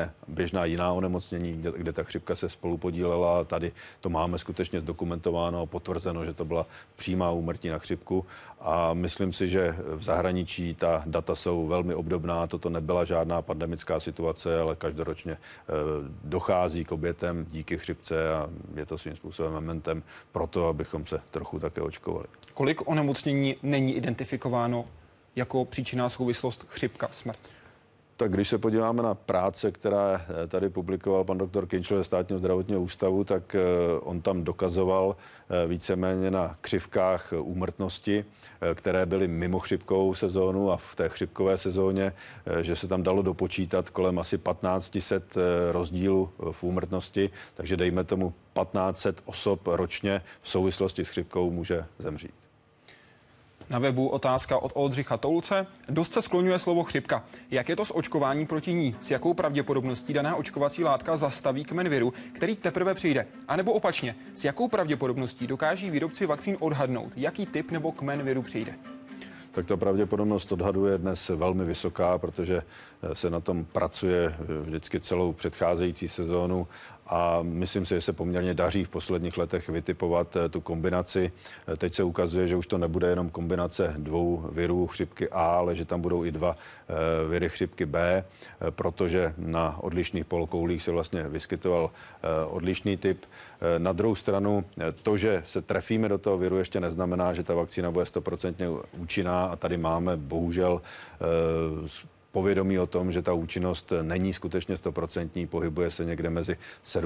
běžná jiná onemocnění, kde ta chřipka se spolu podílela. Tady to máme skutečně zdokumentováno a potvrzeno, že to byla přímá úmrtí na chřipku a myslím si, že v zahraničí ta data jsou velmi obdobná. Toto nebyla žádná pandemická situace, ale každoročně dochází k obětem díky chřipce a je to svým způsobem momentem pro to, abychom se trochu také očkovali. Kolik onemocnění není identifikováno jako příčinná souvislost chřipka, smrt? Tak když se podíváme na práce, která tady publikoval pan doktor Kinčl ze Státního zdravotního ústavu, tak on tam dokazoval víceméně na křivkách úmrtnosti, které byly mimo chřipkovou sezónu a v té chřipkové sezóně, že se tam dalo dopočítat kolem asi 1500 rozdílů v úmrtnosti, takže dejme tomu 1500 osob ročně v souvislosti s chřipkou může zemřít. Na webu otázka od Oldřicha Toulce. Dost se skloňuje slovo chřipka. Jak je to s očkováním proti ní? S jakou pravděpodobností daná očkovací látka zastaví kmen viru, který teprve přijde? A nebo opačně, s jakou pravděpodobností dokáží výrobci vakcín odhadnout, jaký typ nebo kmen viru přijde? Tak ta pravděpodobnost odhadu je dnes velmi vysoká, protože se na tom pracuje vždycky celou předcházející sezónu a myslím si, že se poměrně daří v posledních letech vytipovat tu kombinaci. Teď se ukazuje, že už to nebude jenom kombinace dvou virů chřipky A, ale že tam budou i dva viry chřipky B, protože na odlišných polokoulích se vlastně vyskytoval odlišný typ. Na druhou stranu to, že se trefíme do toho viru, ještě neznamená, že ta vakcína bude 100% účinná a tady máme bohužel povědomí o tom, že ta účinnost není skutečně 100%, pohybuje se někde mezi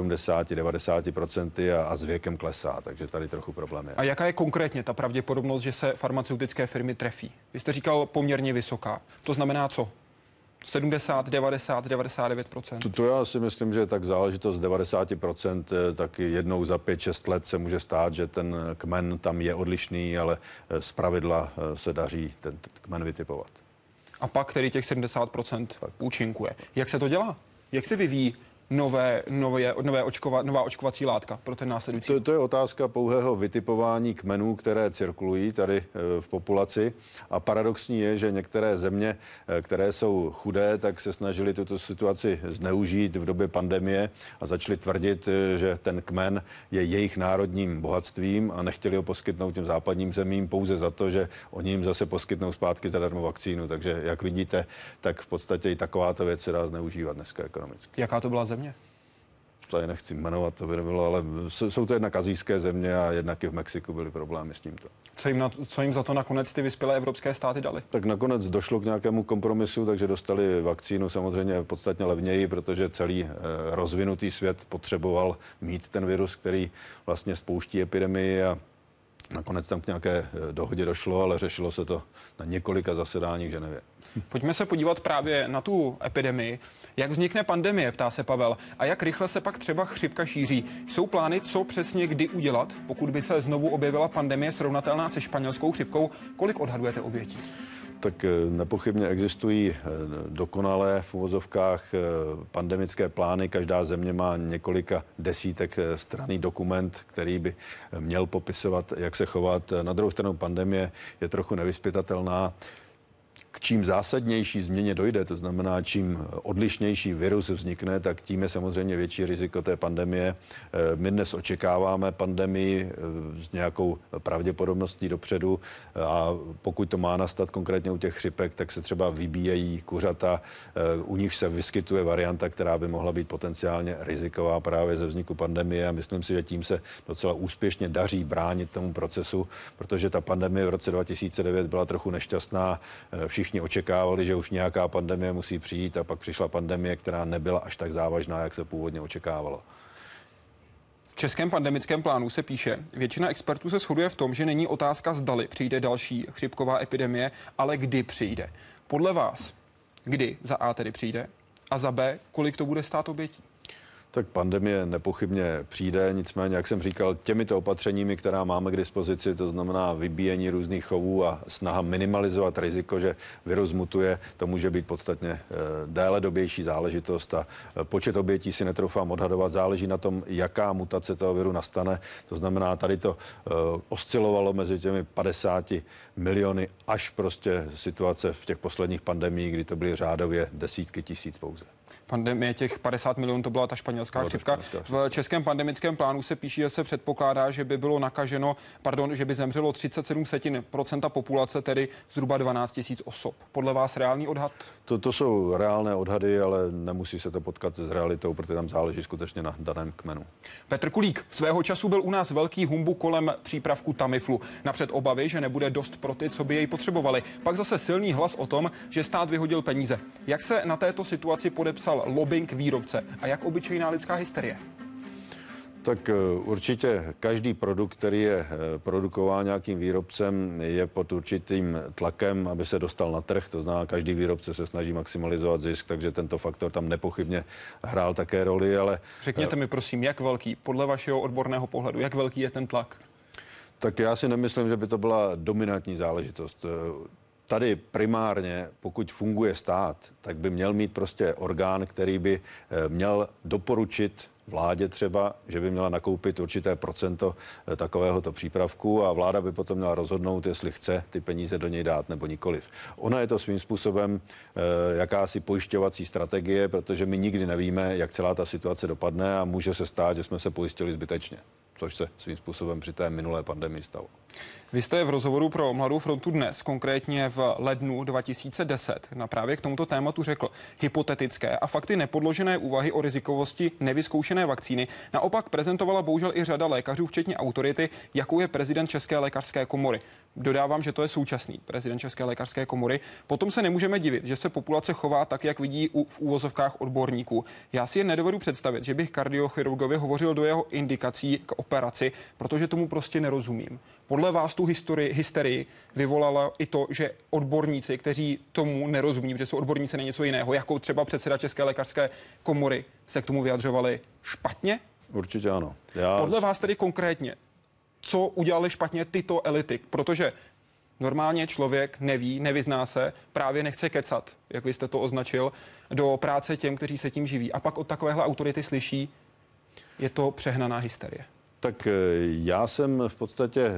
70-90% a s věkem klesá, takže tady trochu problém je. A jaká je konkrétně ta pravděpodobnost, že se farmaceutické firmy trefí? Vy jste říkal poměrně vysoká. To znamená co? 70, 90, 99%? To já si myslím, že tak záležitost 90%, tak jednou za 5-6 let se může stát, že ten kmen tam je odlišný, ale zpravidla se daří ten kmen vytipovat. A pak tedy těch 70% účinkuje. Jak se to dělá? Jak se vyvíjí nová očkovací látka pro ten následující? To je otázka pouhého vytipování kmenů, které cirkulují tady v populaci. A paradoxní je, že některé země, které jsou chudé, tak se snažili tuto situaci zneužít v době pandemie a začali tvrdit, že ten kmen je jejich národním bohatstvím a nechtěli ho poskytnout těm západním zemím pouze za to, že oni jim zase poskytnou zpátky zadarmo vakcínu. Takže jak vidíte, tak v podstatě i takováto věc se dá zneužívat dneska ekonomicky. Jaká to byla země? Tady nechci jmenovat, to by nebylo, ale jsou to jednak asijské země a jednak i v Mexiku byly problémy s tímto. Co jim za to nakonec ty vyspělé evropské státy dali? Tak nakonec došlo k nějakému kompromisu, takže dostali vakcínu samozřejmě podstatně levněji, protože celý rozvinutý svět potřeboval mít ten virus, který vlastně spouští epidemii a nakonec tam k nějaké dohodě došlo, ale řešilo se to na několika zasedáních v Ženevě. Pojďme se podívat právě na tu epidemii. Jak vznikne pandemie, ptá se Pavel, a jak rychle se pak třeba chřipka šíří? Jsou plány, co přesně kdy udělat, pokud by se znovu objevila pandemie srovnatelná se španělskou chřipkou? Kolik odhadujete obětí? Tak nepochybně existují dokonalé v uvozovkách pandemické plány. Každá země má několika desítek stranný dokument, který by měl popisovat, jak se chovat. Na druhou stranu pandemie je trochu nevyzpytatelná. K čím zásadnější změně dojde, to znamená, čím odlišnější virus vznikne, tak tím je samozřejmě větší riziko té pandemie. My dnes očekáváme pandemii s nějakou pravděpodobností dopředu a pokud to má nastat konkrétně u těch chřipek, tak se třeba vybíjejí kuřata, u nich se vyskytuje varianta, která by mohla být potenciálně riziková právě ze vzniku pandemie a myslím si, že tím se docela úspěšně daří bránit tomu procesu, protože ta pandemie v roce 2009 byla trochu nešťastná. Všichni očekávali, že už nějaká pandemie musí přijít a pak přišla pandemie, která nebyla až tak závažná, jak se původně očekávalo. V českém pandemickém plánu se píše, většina expertů se shoduje v tom, že není otázka zdali přijde další chřipková epidemie, ale kdy přijde. Podle vás, kdy za A tedy přijde a za B, kolik to bude stát obětí? Tak pandemie nepochybně přijde, nicméně, jak jsem říkal, těmito opatřeními, která máme k dispozici, to znamená vybíjení různých chovů a snaha minimalizovat riziko, že virus mutuje, to může být podstatně déledobější záležitost a počet obětí si netroufám odhadovat, záleží na tom, jaká mutace toho viru nastane. To znamená, tady to oscilovalo mezi těmi 50 miliony až prostě situace v těch posledních pandemiích, kdy to byly řádově desítky tisíc pouze. pandemie těch 50 milionů, to byla ta španělská chřipka. V českém pandemickém plánu se píše, že se předpokládá, že by bylo že by zemřelo 37% populace, tedy zhruba 12 000 osob. Podle vás reálný odhad? To jsou reálné odhady, ale nemusí se to potkat s realitou, protože tam záleží skutečně na daném kmenu. Petr Kulík, svého času byl u nás velký humbuk kolem přípravku Tamiflu. Napřed obavy, že nebude dost pro ty, co by jej potřebovali. Pak zase silný hlas o tom, že stát vyhodil peníze. Jak se na této situaci podepsal lobbying výrobce a jak obyčejná lidská hysterie? Tak určitě každý produkt, který je produkován nějakým výrobcem, je pod určitým tlakem, aby se dostal na trh. To znamená, každý výrobce se snaží maximalizovat zisk, takže tento faktor tam nepochybně hrál také roli, ale... Řekněte mi prosím, jak velký, podle vašeho odborného pohledu, jak velký je ten tlak? Tak já si nemyslím, že by to byla dominantní záležitost. Tady primárně, pokud funguje stát, tak by měl mít prostě orgán, který by měl doporučit vládě třeba, že by měla nakoupit určité procento takovéhoto přípravku a vláda by potom měla rozhodnout, jestli chce ty peníze do něj dát nebo nikoliv. Ona je to svým způsobem jakási pojišťovací strategie, protože my nikdy nevíme, jak celá ta situace dopadne a může se stát, že jsme se pojistili zbytečně, což se svým způsobem při té minulé pandemii stalo. Vy jste v rozhovoru pro Mladou frontu Dnes, konkrétně v lednu 2010, právě k tomuto tématu řekl: hypotetické a fakty nepodložené úvahy o rizikovosti nevyzkoušené vakcíny naopak prezentovala bohužel i řada lékařů, včetně autority, jakou je prezident České lékařské komory. Dodávám, že to je současný prezident České lékařské komory. Potom se nemůžeme divit, že se populace chová tak, jak vidí v úvozovkách odborníků. Já si jen nedovedu představit, že bych kardiochirurgovi hovořil do jeho indikací k operaci, protože tomu prostě nerozumím. Podle vás tu hysterii vyvolala i to, že odborníci, kteří tomu nerozumí, protože jsou odborníci na něco jiného, jako třeba předseda České lékařské komory, se k tomu vyjadřovali špatně? Určitě ano. Podle vás tedy konkrétně, co udělali špatně tyto elity? Protože normálně člověk neví, nevyzná se, právě nechce kecat, jak vy jste to označil, do práce těm, kteří se tím živí. A pak od takovéhle autority slyší, je to přehnaná hysterie. Tak já jsem v podstatě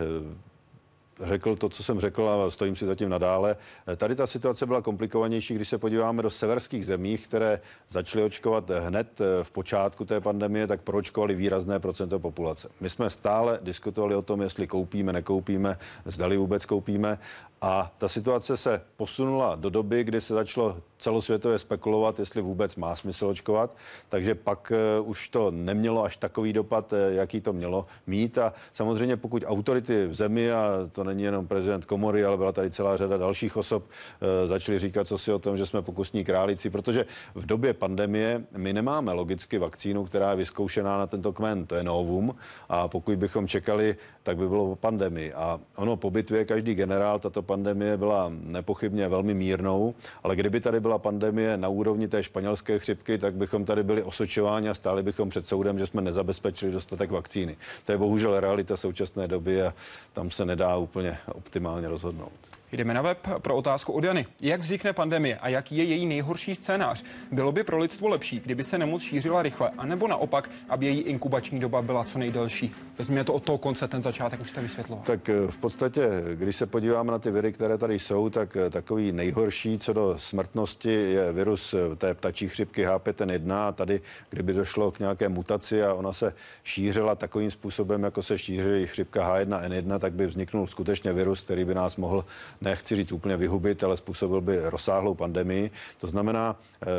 řekl to, co jsem řekl a stojím si zatím nadále. Tady ta situace byla komplikovanější, když se podíváme do severských zemí, které začaly očkovat hned v počátku té pandemie, tak proočkovali výrazné procento populace. My jsme stále diskutovali o tom, jestli koupíme, nekoupíme, zdali vůbec koupíme. A ta situace se posunula do doby, kdy se začalo celosvětově spekulovat, jestli vůbec má smysl očkovat. Takže pak už to nemělo až takový dopad, jaký to mělo mít. A samozřejmě pokud autority v zemi, a to není jenom prezident komory, ale byla tady celá řada dalších osob, začali říkat co si o tom, že jsme pokusní králíci, protože v době pandemie my nemáme logicky vakcínu, která je vyzkoušená na tento kmen. To je novum. A pokud bychom čekali, tak by bylo po pandemii. A ono po bitvě každý generál, tato pandemie byla nepochybně velmi mírnou, ale kdyby tady byla pandemie na úrovni té španělské chřipky, tak bychom tady byli osočováni a stáli bychom před soudem, že jsme nezabezpečili dostatek vakcíny. To je bohužel realita současné doby a tam se nedá úplně optimálně rozhodnout. Jdeme na web pro otázku od Jany. Jak vznikne pandemie a jaký je její nejhorší scénář? Bylo by pro lidstvo lepší, kdyby se nemoc šířila rychle, anebo naopak, aby její inkubační doba byla co nejdelší? Vezměme to od toho konce, ten začátek už jste vysvětloval. Tak v podstatě, když se podíváme na ty viry, které tady jsou, tak takový nejhorší co do smrtnosti je virus té ptačí chřipky H5N1. A tady, kdyby došlo k nějaké mutaci a ona se šířila takovým způsobem, jako se šíří chřipka H1N1, tak by vzniknul skutečně virus, který by nás mohl, nechci říct úplně vyhubit, ale způsobil by rozsáhlou pandemii. To znamená,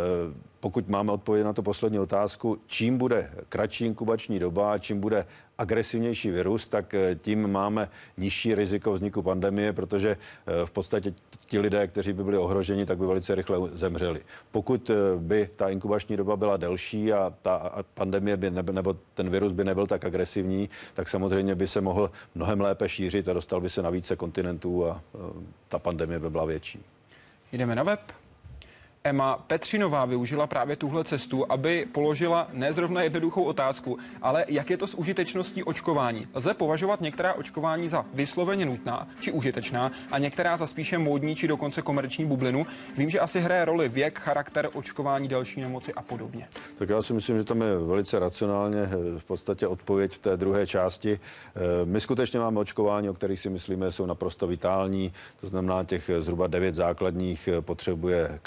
pokud máme odpověď na tu poslední otázku, čím bude kratší inkubační doba, čím bude agresivnější virus, tak tím máme nižší riziko vzniku pandemie, protože v podstatě ti lidé, kteří by byli ohroženi, tak by velice rychle zemřeli. Pokud by ta inkubační doba byla delší a ta pandemie by nebo ten virus by nebyl tak agresivní, tak samozřejmě by se mohl mnohem lépe šířit a dostal by se na více kontinentů a ta pandemie by byla větší. Jdeme na web. Emma Petřinová využila právě tuhle cestu, aby položila nezrovna jednoduchou otázku, ale jak je to s užitečností očkování? Lze považovat některá očkování za vysloveně nutná či užitečná a některá za spíše módní či dokonce komerční bublinu? Vím, že asi hraje roli věk, charakter očkování, další nemoci a podobně. Tak já si myslím, že tam je velice racionálně v podstatě odpověď v té druhé části. My skutečně máme očkování, o kterých si myslíme, jsou naprosto vitální. To znamená, těch zhruba 9 základních potřebuje každý.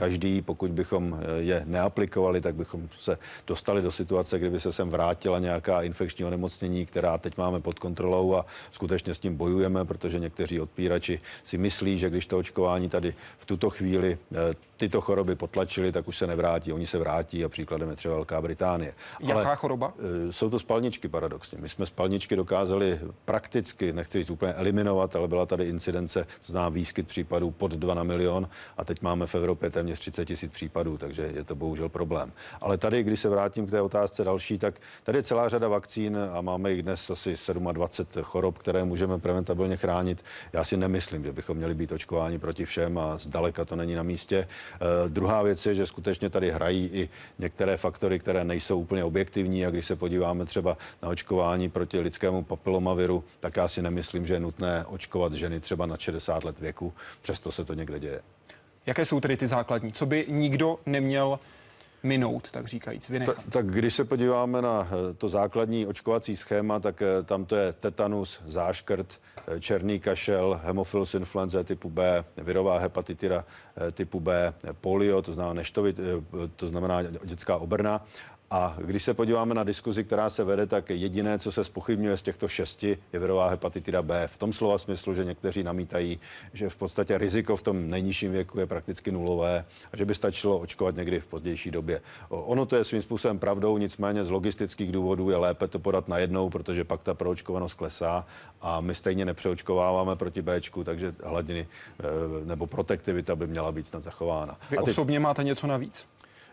Pokud bychom je neaplikovali, tak bychom se dostali do situace, kdyby se sem vrátila nějaká infekční onemocnění, která teď máme pod kontrolou a skutečně s tím bojujeme, protože někteří odpírači si myslí, že když to očkování tady v tuto chvíli tyto choroby potlačili, tak už se nevrátí. Oni se vrátí a příkladem je třeba Velká Británie. Jaká choroba? Jsou to spalničky paradoxně. My jsme spalničky dokázali prakticky, nechci říct úplně eliminovat, ale byla tady incidence, to znamená výskyt případů pod 2 na milion a teď máme v Evropě téměř 30 000 případů, takže je to bohužel problém. Ale tady, když se vrátím k té otázce další, tak tady je celá řada vakcín a máme jich dnes asi 27 chorob, které můžeme preventabilně chránit. Já si nemyslím, že bychom měli být očkováni proti všem a zdaleka to není na místě. Druhá věc je, že skutečně tady hrají i některé faktory, které nejsou úplně objektivní a když se podíváme třeba na očkování proti lidskému papilomaviru, tak já si nemyslím, že je nutné očkovat ženy třeba nad 60 let věku, přesto se to někde děje. Jaké jsou tedy ty základní? Co by nikdo neměl minout, tak říkajíc, vynechat? Tak když se podíváme na to základní očkovací schéma, tak tam to je tetanus, záškrt, černý kašel, hemofilus influenzae typu B, virová hepatitida typu B, polio, to znamená neštovit, to znamená dětská obrna. A když se podíváme na diskuzi, která se vede, tak jediné, co se zpochybňuje z těchto 6, je virová hepatitida B. V tom slova smyslu, že někteří namítají, že v podstatě riziko v tom nejnižším věku je prakticky nulové a že by stačilo očkovat někdy v pozdější době. Ono to je svým způsobem pravdou, nicméně z logistických důvodů je lépe to podat najednou, protože pak ta proočkovanost klesá a my stejně nepřeočkováváme proti Bčku, takže hladiny nebo protektivita by měla být snad zachována. Vy osobně máte něco navíc?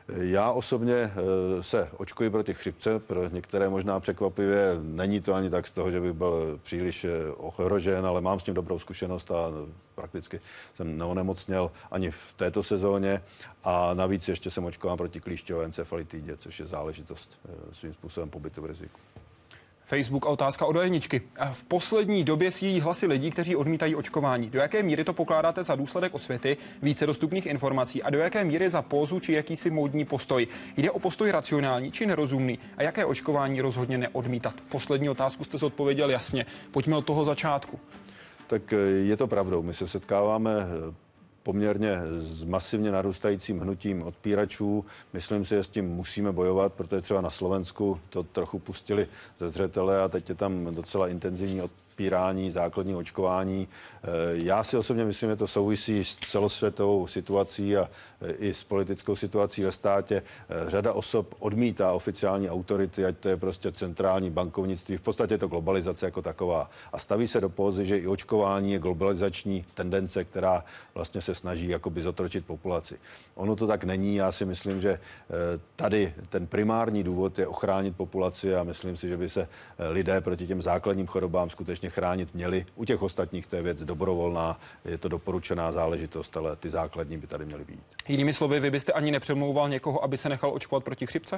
Já osobně se očkuji proti chřipce, pro některé možná překvapivě. Není to ani tak z toho, že bych byl příliš ohrožen, ale mám s tím dobrou zkušenost a prakticky jsem neonemocněl ani v této sezóně. A navíc ještě jsem očkován proti klíšťové encefalitidě, což je záležitost svým způsobem pobytu v riziku. Facebook a otázka od Janičky. V poslední době sílí hlasy lidí, kteří odmítají očkování. Do jaké míry to pokládáte za důsledek osvěty, více dostupných informací a do jaké míry za pózu či jakýsi módní postoj? Jde o postoj racionální či nerozumný a jaké očkování rozhodně neodmítat? Poslední otázku jste zodpověděl jasně. Pojďme od toho začátku. Tak je to pravdou. My se setkáváme poměrně s masivně narůstajícím hnutím odpíračů. Myslím si, že s tím musíme bojovat, protože třeba na Slovensku to trochu pustili ze zřetele a teď je tam docela intenzivní odpírání, základní očkování. Já si osobně myslím, že to souvisí s celosvětovou situací a i s politickou situací ve státě. Řada osob odmítá oficiální autority, ať to je prostě centrální bankovnictví, v podstatě je to globalizace jako taková. A staví se do pózy, že i očkování je globalizační tendence, která vlastně se snaží jakoby zotročit populaci. Ono to tak není. Já si myslím, že tady ten primární důvod je ochránit populaci a myslím si, že by se lidé proti těm základním chorobám skutečně chránit měli. U těch ostatních to je věc dobrovolná, je to doporučená záležitost, ale ty základní by tady měly být. Jinými slovy, vy byste ani nepřemlouval někoho, aby se nechal očkovat proti chřipce?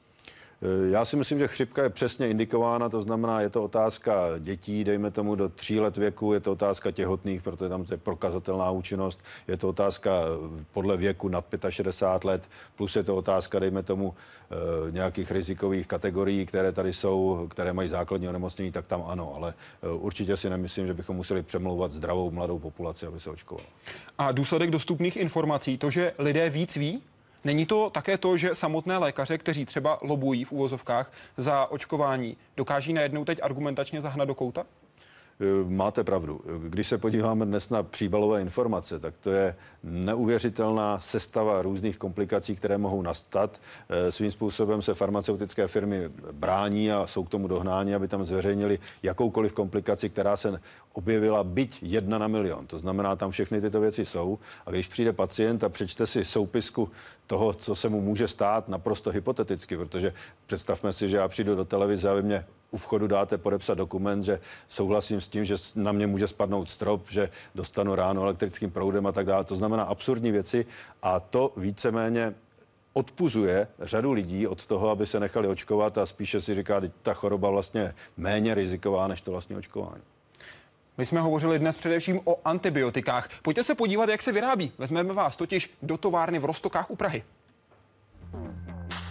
Já si myslím, že chřipka je přesně indikována, to znamená, je to otázka dětí, dejme tomu do 3 let věku, je to otázka těhotných, protože tam je prokazatelná účinnost, je to otázka podle věku nad 65 let, plus je to otázka, dejme tomu, nějakých rizikových kategorií, které tady jsou, které mají základní onemocnění, tak tam ano, ale určitě si nemyslím, že bychom museli přemlouvat zdravou mladou populaci, aby se očkovala. A důsledek dostupných informací, to, že lidé víc ví? Není to také to, že samotné lékaře, kteří třeba lobují v uvozovkách za očkování, dokáží najednou teď argumentačně zahnat do kouta? Máte pravdu. Když se podíváme dnes na příbalové informace, tak to je neuvěřitelná sestava různých komplikací, které mohou nastat. Svým způsobem se farmaceutické firmy brání a jsou k tomu dohnáni, aby tam zveřejnili jakoukoliv komplikaci, která se objevila byť 1 na milion. To znamená, tam všechny tyto věci jsou. A když přijde pacient a přečte si soupisku toho, co se mu může stát, naprosto hypoteticky, protože představme si, že já přijdu do televize a vy mě u vchodu dáte podepsat dokument, že souhlasím s tím, že na mě může spadnout strop, že dostanu ráno elektrickým proudem a tak dále. To znamená absurdní věci a to víceméně odpuzuje řadu lidí od toho, aby se nechali očkovat a spíše si říká, že ta choroba vlastně je méně riziková než to vlastní očkování. My jsme hovořili dnes především o antibiotikách. Pojďte se podívat, jak se vyrábí. Vezmeme vás totiž do továrny v Roztokách u Prahy.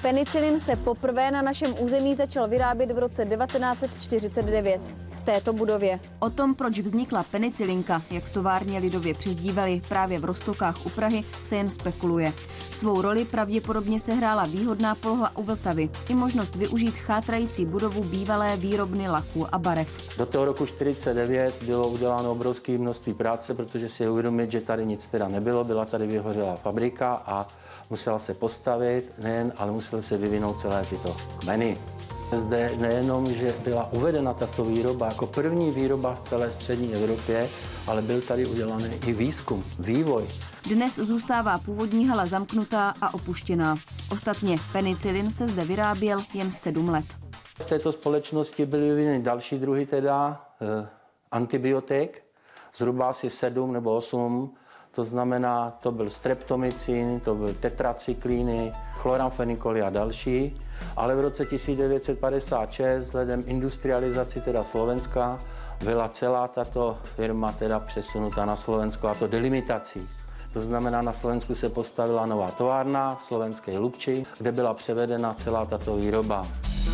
Penicilin se poprvé na našem území začal vyrábět v roce 1949 v této budově. O tom, proč vznikla penicilinka, jak továrně lidově přezdívali právě v Roztokách u Prahy, se jen spekuluje. Svou roli pravděpodobně sehrála výhodná poloha u Vltavy i možnost využít chátrající budovu bývalé výrobny laků a barev. Do toho roku 1949 bylo uděláno obrovské množství práce, protože si uvědomit, že tady nic teda nebylo, byla tady vyhořelá fabrika a musela se postavit, nejen, ale musely se vyvinout celé tyto kmeny. Zde nejenom, že byla uvedena tato výroba jako první výroba v celé střední Evropě, ale byl tady udělaný i výzkum, vývoj. Dnes zůstává původní hala zamknutá a opuštěná. Ostatně penicilin se zde vyráběl jen 7 let. V této společnosti byly vyvinuty další druhy antibiotik, zhruba asi 7 nebo 8. To znamená, to byl streptomycin, to byl tetracyklíny, chloramfenikoly a další. Ale v roce 1956 vzhledem industrializaci Slovenska byla celá tato firma přesunuta na Slovensko, a to delimitací. To znamená, na Slovensku se postavila nová továrna v slovenské Lubči, kde byla převedena celá tato výroba.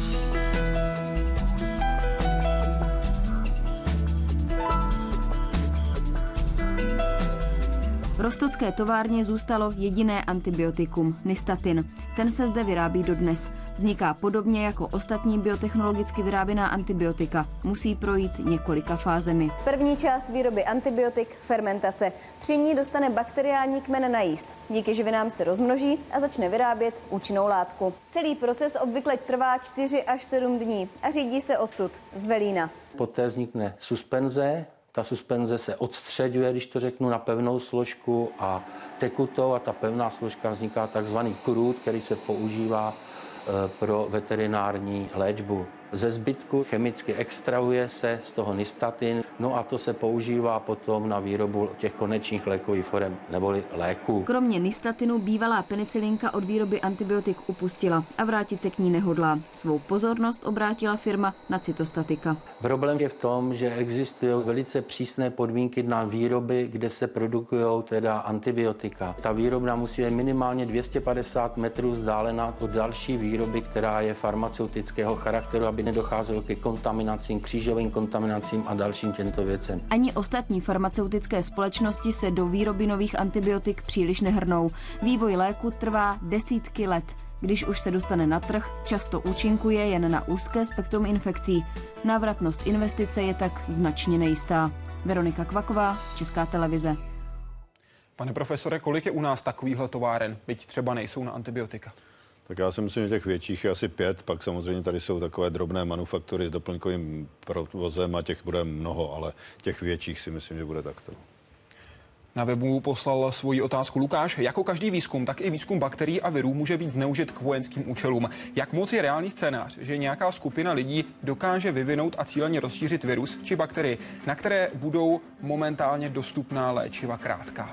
V rostocké továrně zůstalo jediné antibiotikum, Nystatin. Ten se zde vyrábí dodnes. Vzniká podobně jako ostatní biotechnologicky vyráběná antibiotika. Musí projít několika fázemi. První část výroby antibiotik, fermentace. Při ní dostane bakteriální kmen najíst. Díky živinám se rozmnoží a začne vyrábět účinnou látku. Celý proces obvykle trvá 4 až 7 dní a řídí se odsud z velína. Poté vznikne suspenze. Ta suspenze se odstřeďuje, když to řeknu, na pevnou složku a tekutou, a ta pevná složka vzniká takzvaný krůt, který se používá pro veterinární léčbu. Ze zbytku chemicky extrahuje se z toho nystatin, no a to se používá potom na výrobu těch konečných lékových forem neboli léků. Kromě nystatinu bývalá penicilinka od výroby antibiotik upustila a vrátit se k ní nehodlá. Svou pozornost obrátila firma na cytostatika. Problém je v tom, že existují velice přísné podmínky na výroby, kde se produkují antibiotika. Ta výrobna musí být minimálně 250 metrů vzdálená od další výroby, která je farmaceutického charakteru, aby nedocházelo ke kontaminacím, křížovým kontaminacím a dalším těmto věcem. Ani ostatní farmaceutické společnosti se do výroby nových antibiotik příliš nehrnou. Vývoj léku trvá desítky let. Když už se dostane na trh, často účinkuje jen na úzké spektrum infekcí. Návratnost investice je tak značně nejistá. Veronika Kvaková, Česká televize. Pane profesore, kolik je u nás takovýchhle továren, byť třeba nejsou na antibiotika? Tak já si myslím, že těch větších je asi 5, pak samozřejmě tady jsou takové drobné manufaktury s doplňkovým provozem a těch bude mnoho, ale těch větších si myslím, že bude takto. Na webu poslal svoji otázku Lukáš. Jako každý výzkum, tak i výzkum bakterií a virů může být zneužit k vojenským účelům. Jak moc je reálný scénář, že nějaká skupina lidí dokáže vyvinout a cíleně rozšířit virus či bakterii, na které budou momentálně dostupná léčiva krátká?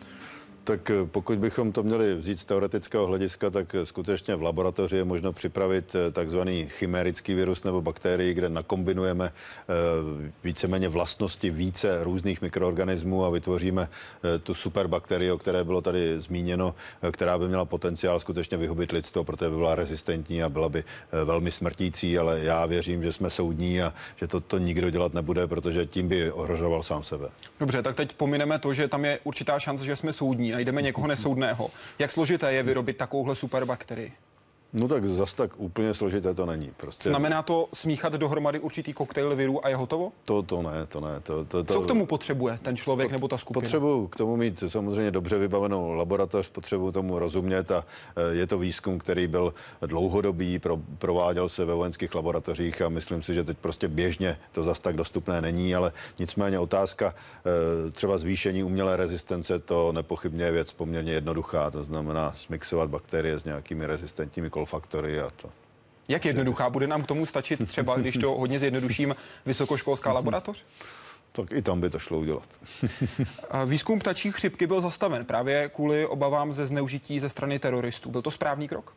Tak pokud bychom to měli vzít z teoretického hlediska, tak skutečně v laboratoři je možno připravit takzvaný chimérický virus nebo bakterii, kde nakombinujeme víceméně vlastnosti více různých mikroorganismů a vytvoříme tu superbakterii, o které bylo tady zmíněno, která by měla potenciál skutečně vyhubit lidstvo, protože by byla rezistentní a byla by velmi smrtící, ale já věřím, že jsme soudní a že to nikdo dělat nebude, protože tím by ohrožoval sám sebe. Dobře, tak teď pomineme to, že tam je určitá šance, že jsme soudní. Najdeme někoho nesoudného. Jak složité je vyrobit takovouhle superbakterii? No tak zas tak úplně složité to není. Prostě... Znamená to smíchat dohromady určitý koktejl virů a je hotovo? To ne. Co k tomu potřebuje ten člověk nebo ta skupina? Potřebuji k tomu mít samozřejmě dobře vybavenou laboratoř, potřebuji tomu rozumět a je to výzkum, který byl dlouhodobý, prováděl se ve vojenských laboratořích a myslím si, že teď prostě běžně to zas tak dostupné není, ale nicméně otázka třeba zvýšení umělé rezistence, to nepochybně je věc poměrně jednoduchá, to znamená smixovat bakterie s nějakými rezistentními faktory a to. Jak jednoduchá? Bude nám k tomu stačit třeba, když to hodně zjednoduším, vysokoškolská laboratoř? Tak i tam by to šlo udělat. Výzkum ptačí chřipky byl zastaven právě kvůli obavám ze zneužití ze strany teroristů. Byl to správný krok?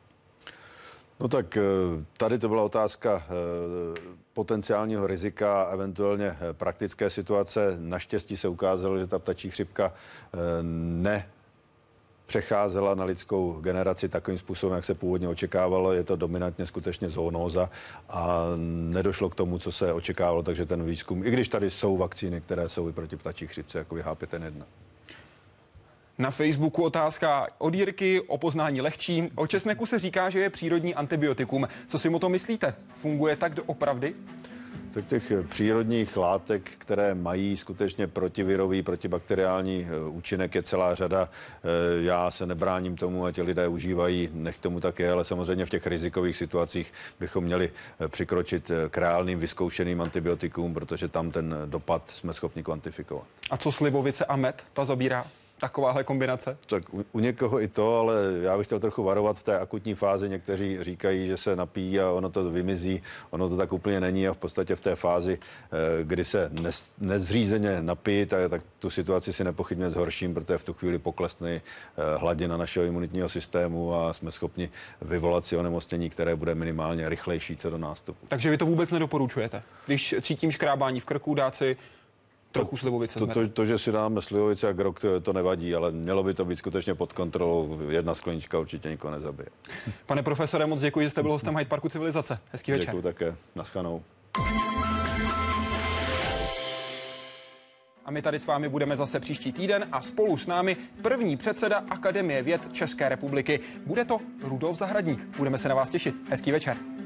No tak tady to byla otázka potenciálního rizika, eventuálně praktické situace. Naštěstí se ukázalo, že ta ptačí chřipka přecházela na lidskou generaci takovým způsobem, jak se původně očekávalo. Je to dominantně skutečně zoonóza a nedošlo k tomu, co se očekávalo, takže ten výzkum, i když tady jsou vakcíny, které jsou i proti ptačí chřipce, jako H5N1. Na Facebooku otázka od Jirky o poznání lehčí. O česneku se říká, že je přírodní antibiotikum. Co si o tom myslíte? Funguje tak doopravdy? Tak těch přírodních látek, které mají skutečně protivirový, protibakteriální účinek, je celá řada. Já se nebráním tomu, a ti lidé užívají, nech tomu tak je, ale samozřejmě v těch rizikových situacích bychom měli přikročit k reálným vyzkoušeným antibiotikům, protože tam ten dopad jsme schopni kvantifikovat. A co slivovice a med? Ta zabírá takováhle kombinace? Tak u někoho i to, ale já bych chtěl trochu varovat v té akutní fázi. Někteří říkají, že se napíjí a ono to vymizí. Ono to tak úplně není a v podstatě v té fázi, kdy se nezřízeně napíjí, tak tu situaci si nepochybně zhorším, protože v tu chvíli poklesne hladina našeho imunitního systému a jsme schopni vyvolat si onemocnění, které bude minimálně rychlejší co do nástupu. Takže vy to vůbec nedoporučujete? Když cítím škrábání v krku, dát si trochu slivovice. To, že si dáme slivovice a grok, to nevadí, ale mělo by to být skutečně pod kontrolou. Jedna sklenička určitě nikoho nezabije. Pane profesore, moc děkuji, že jste byl hostem Hyde Parku Civilizace. Hezký večer. Děkuji také. Naschledanou. A my tady s vámi budeme zase příští týden a spolu s námi první předseda Akademie věd České republiky. Bude to Rudolf Zahradník. Budeme se na vás těšit. Hezký večer.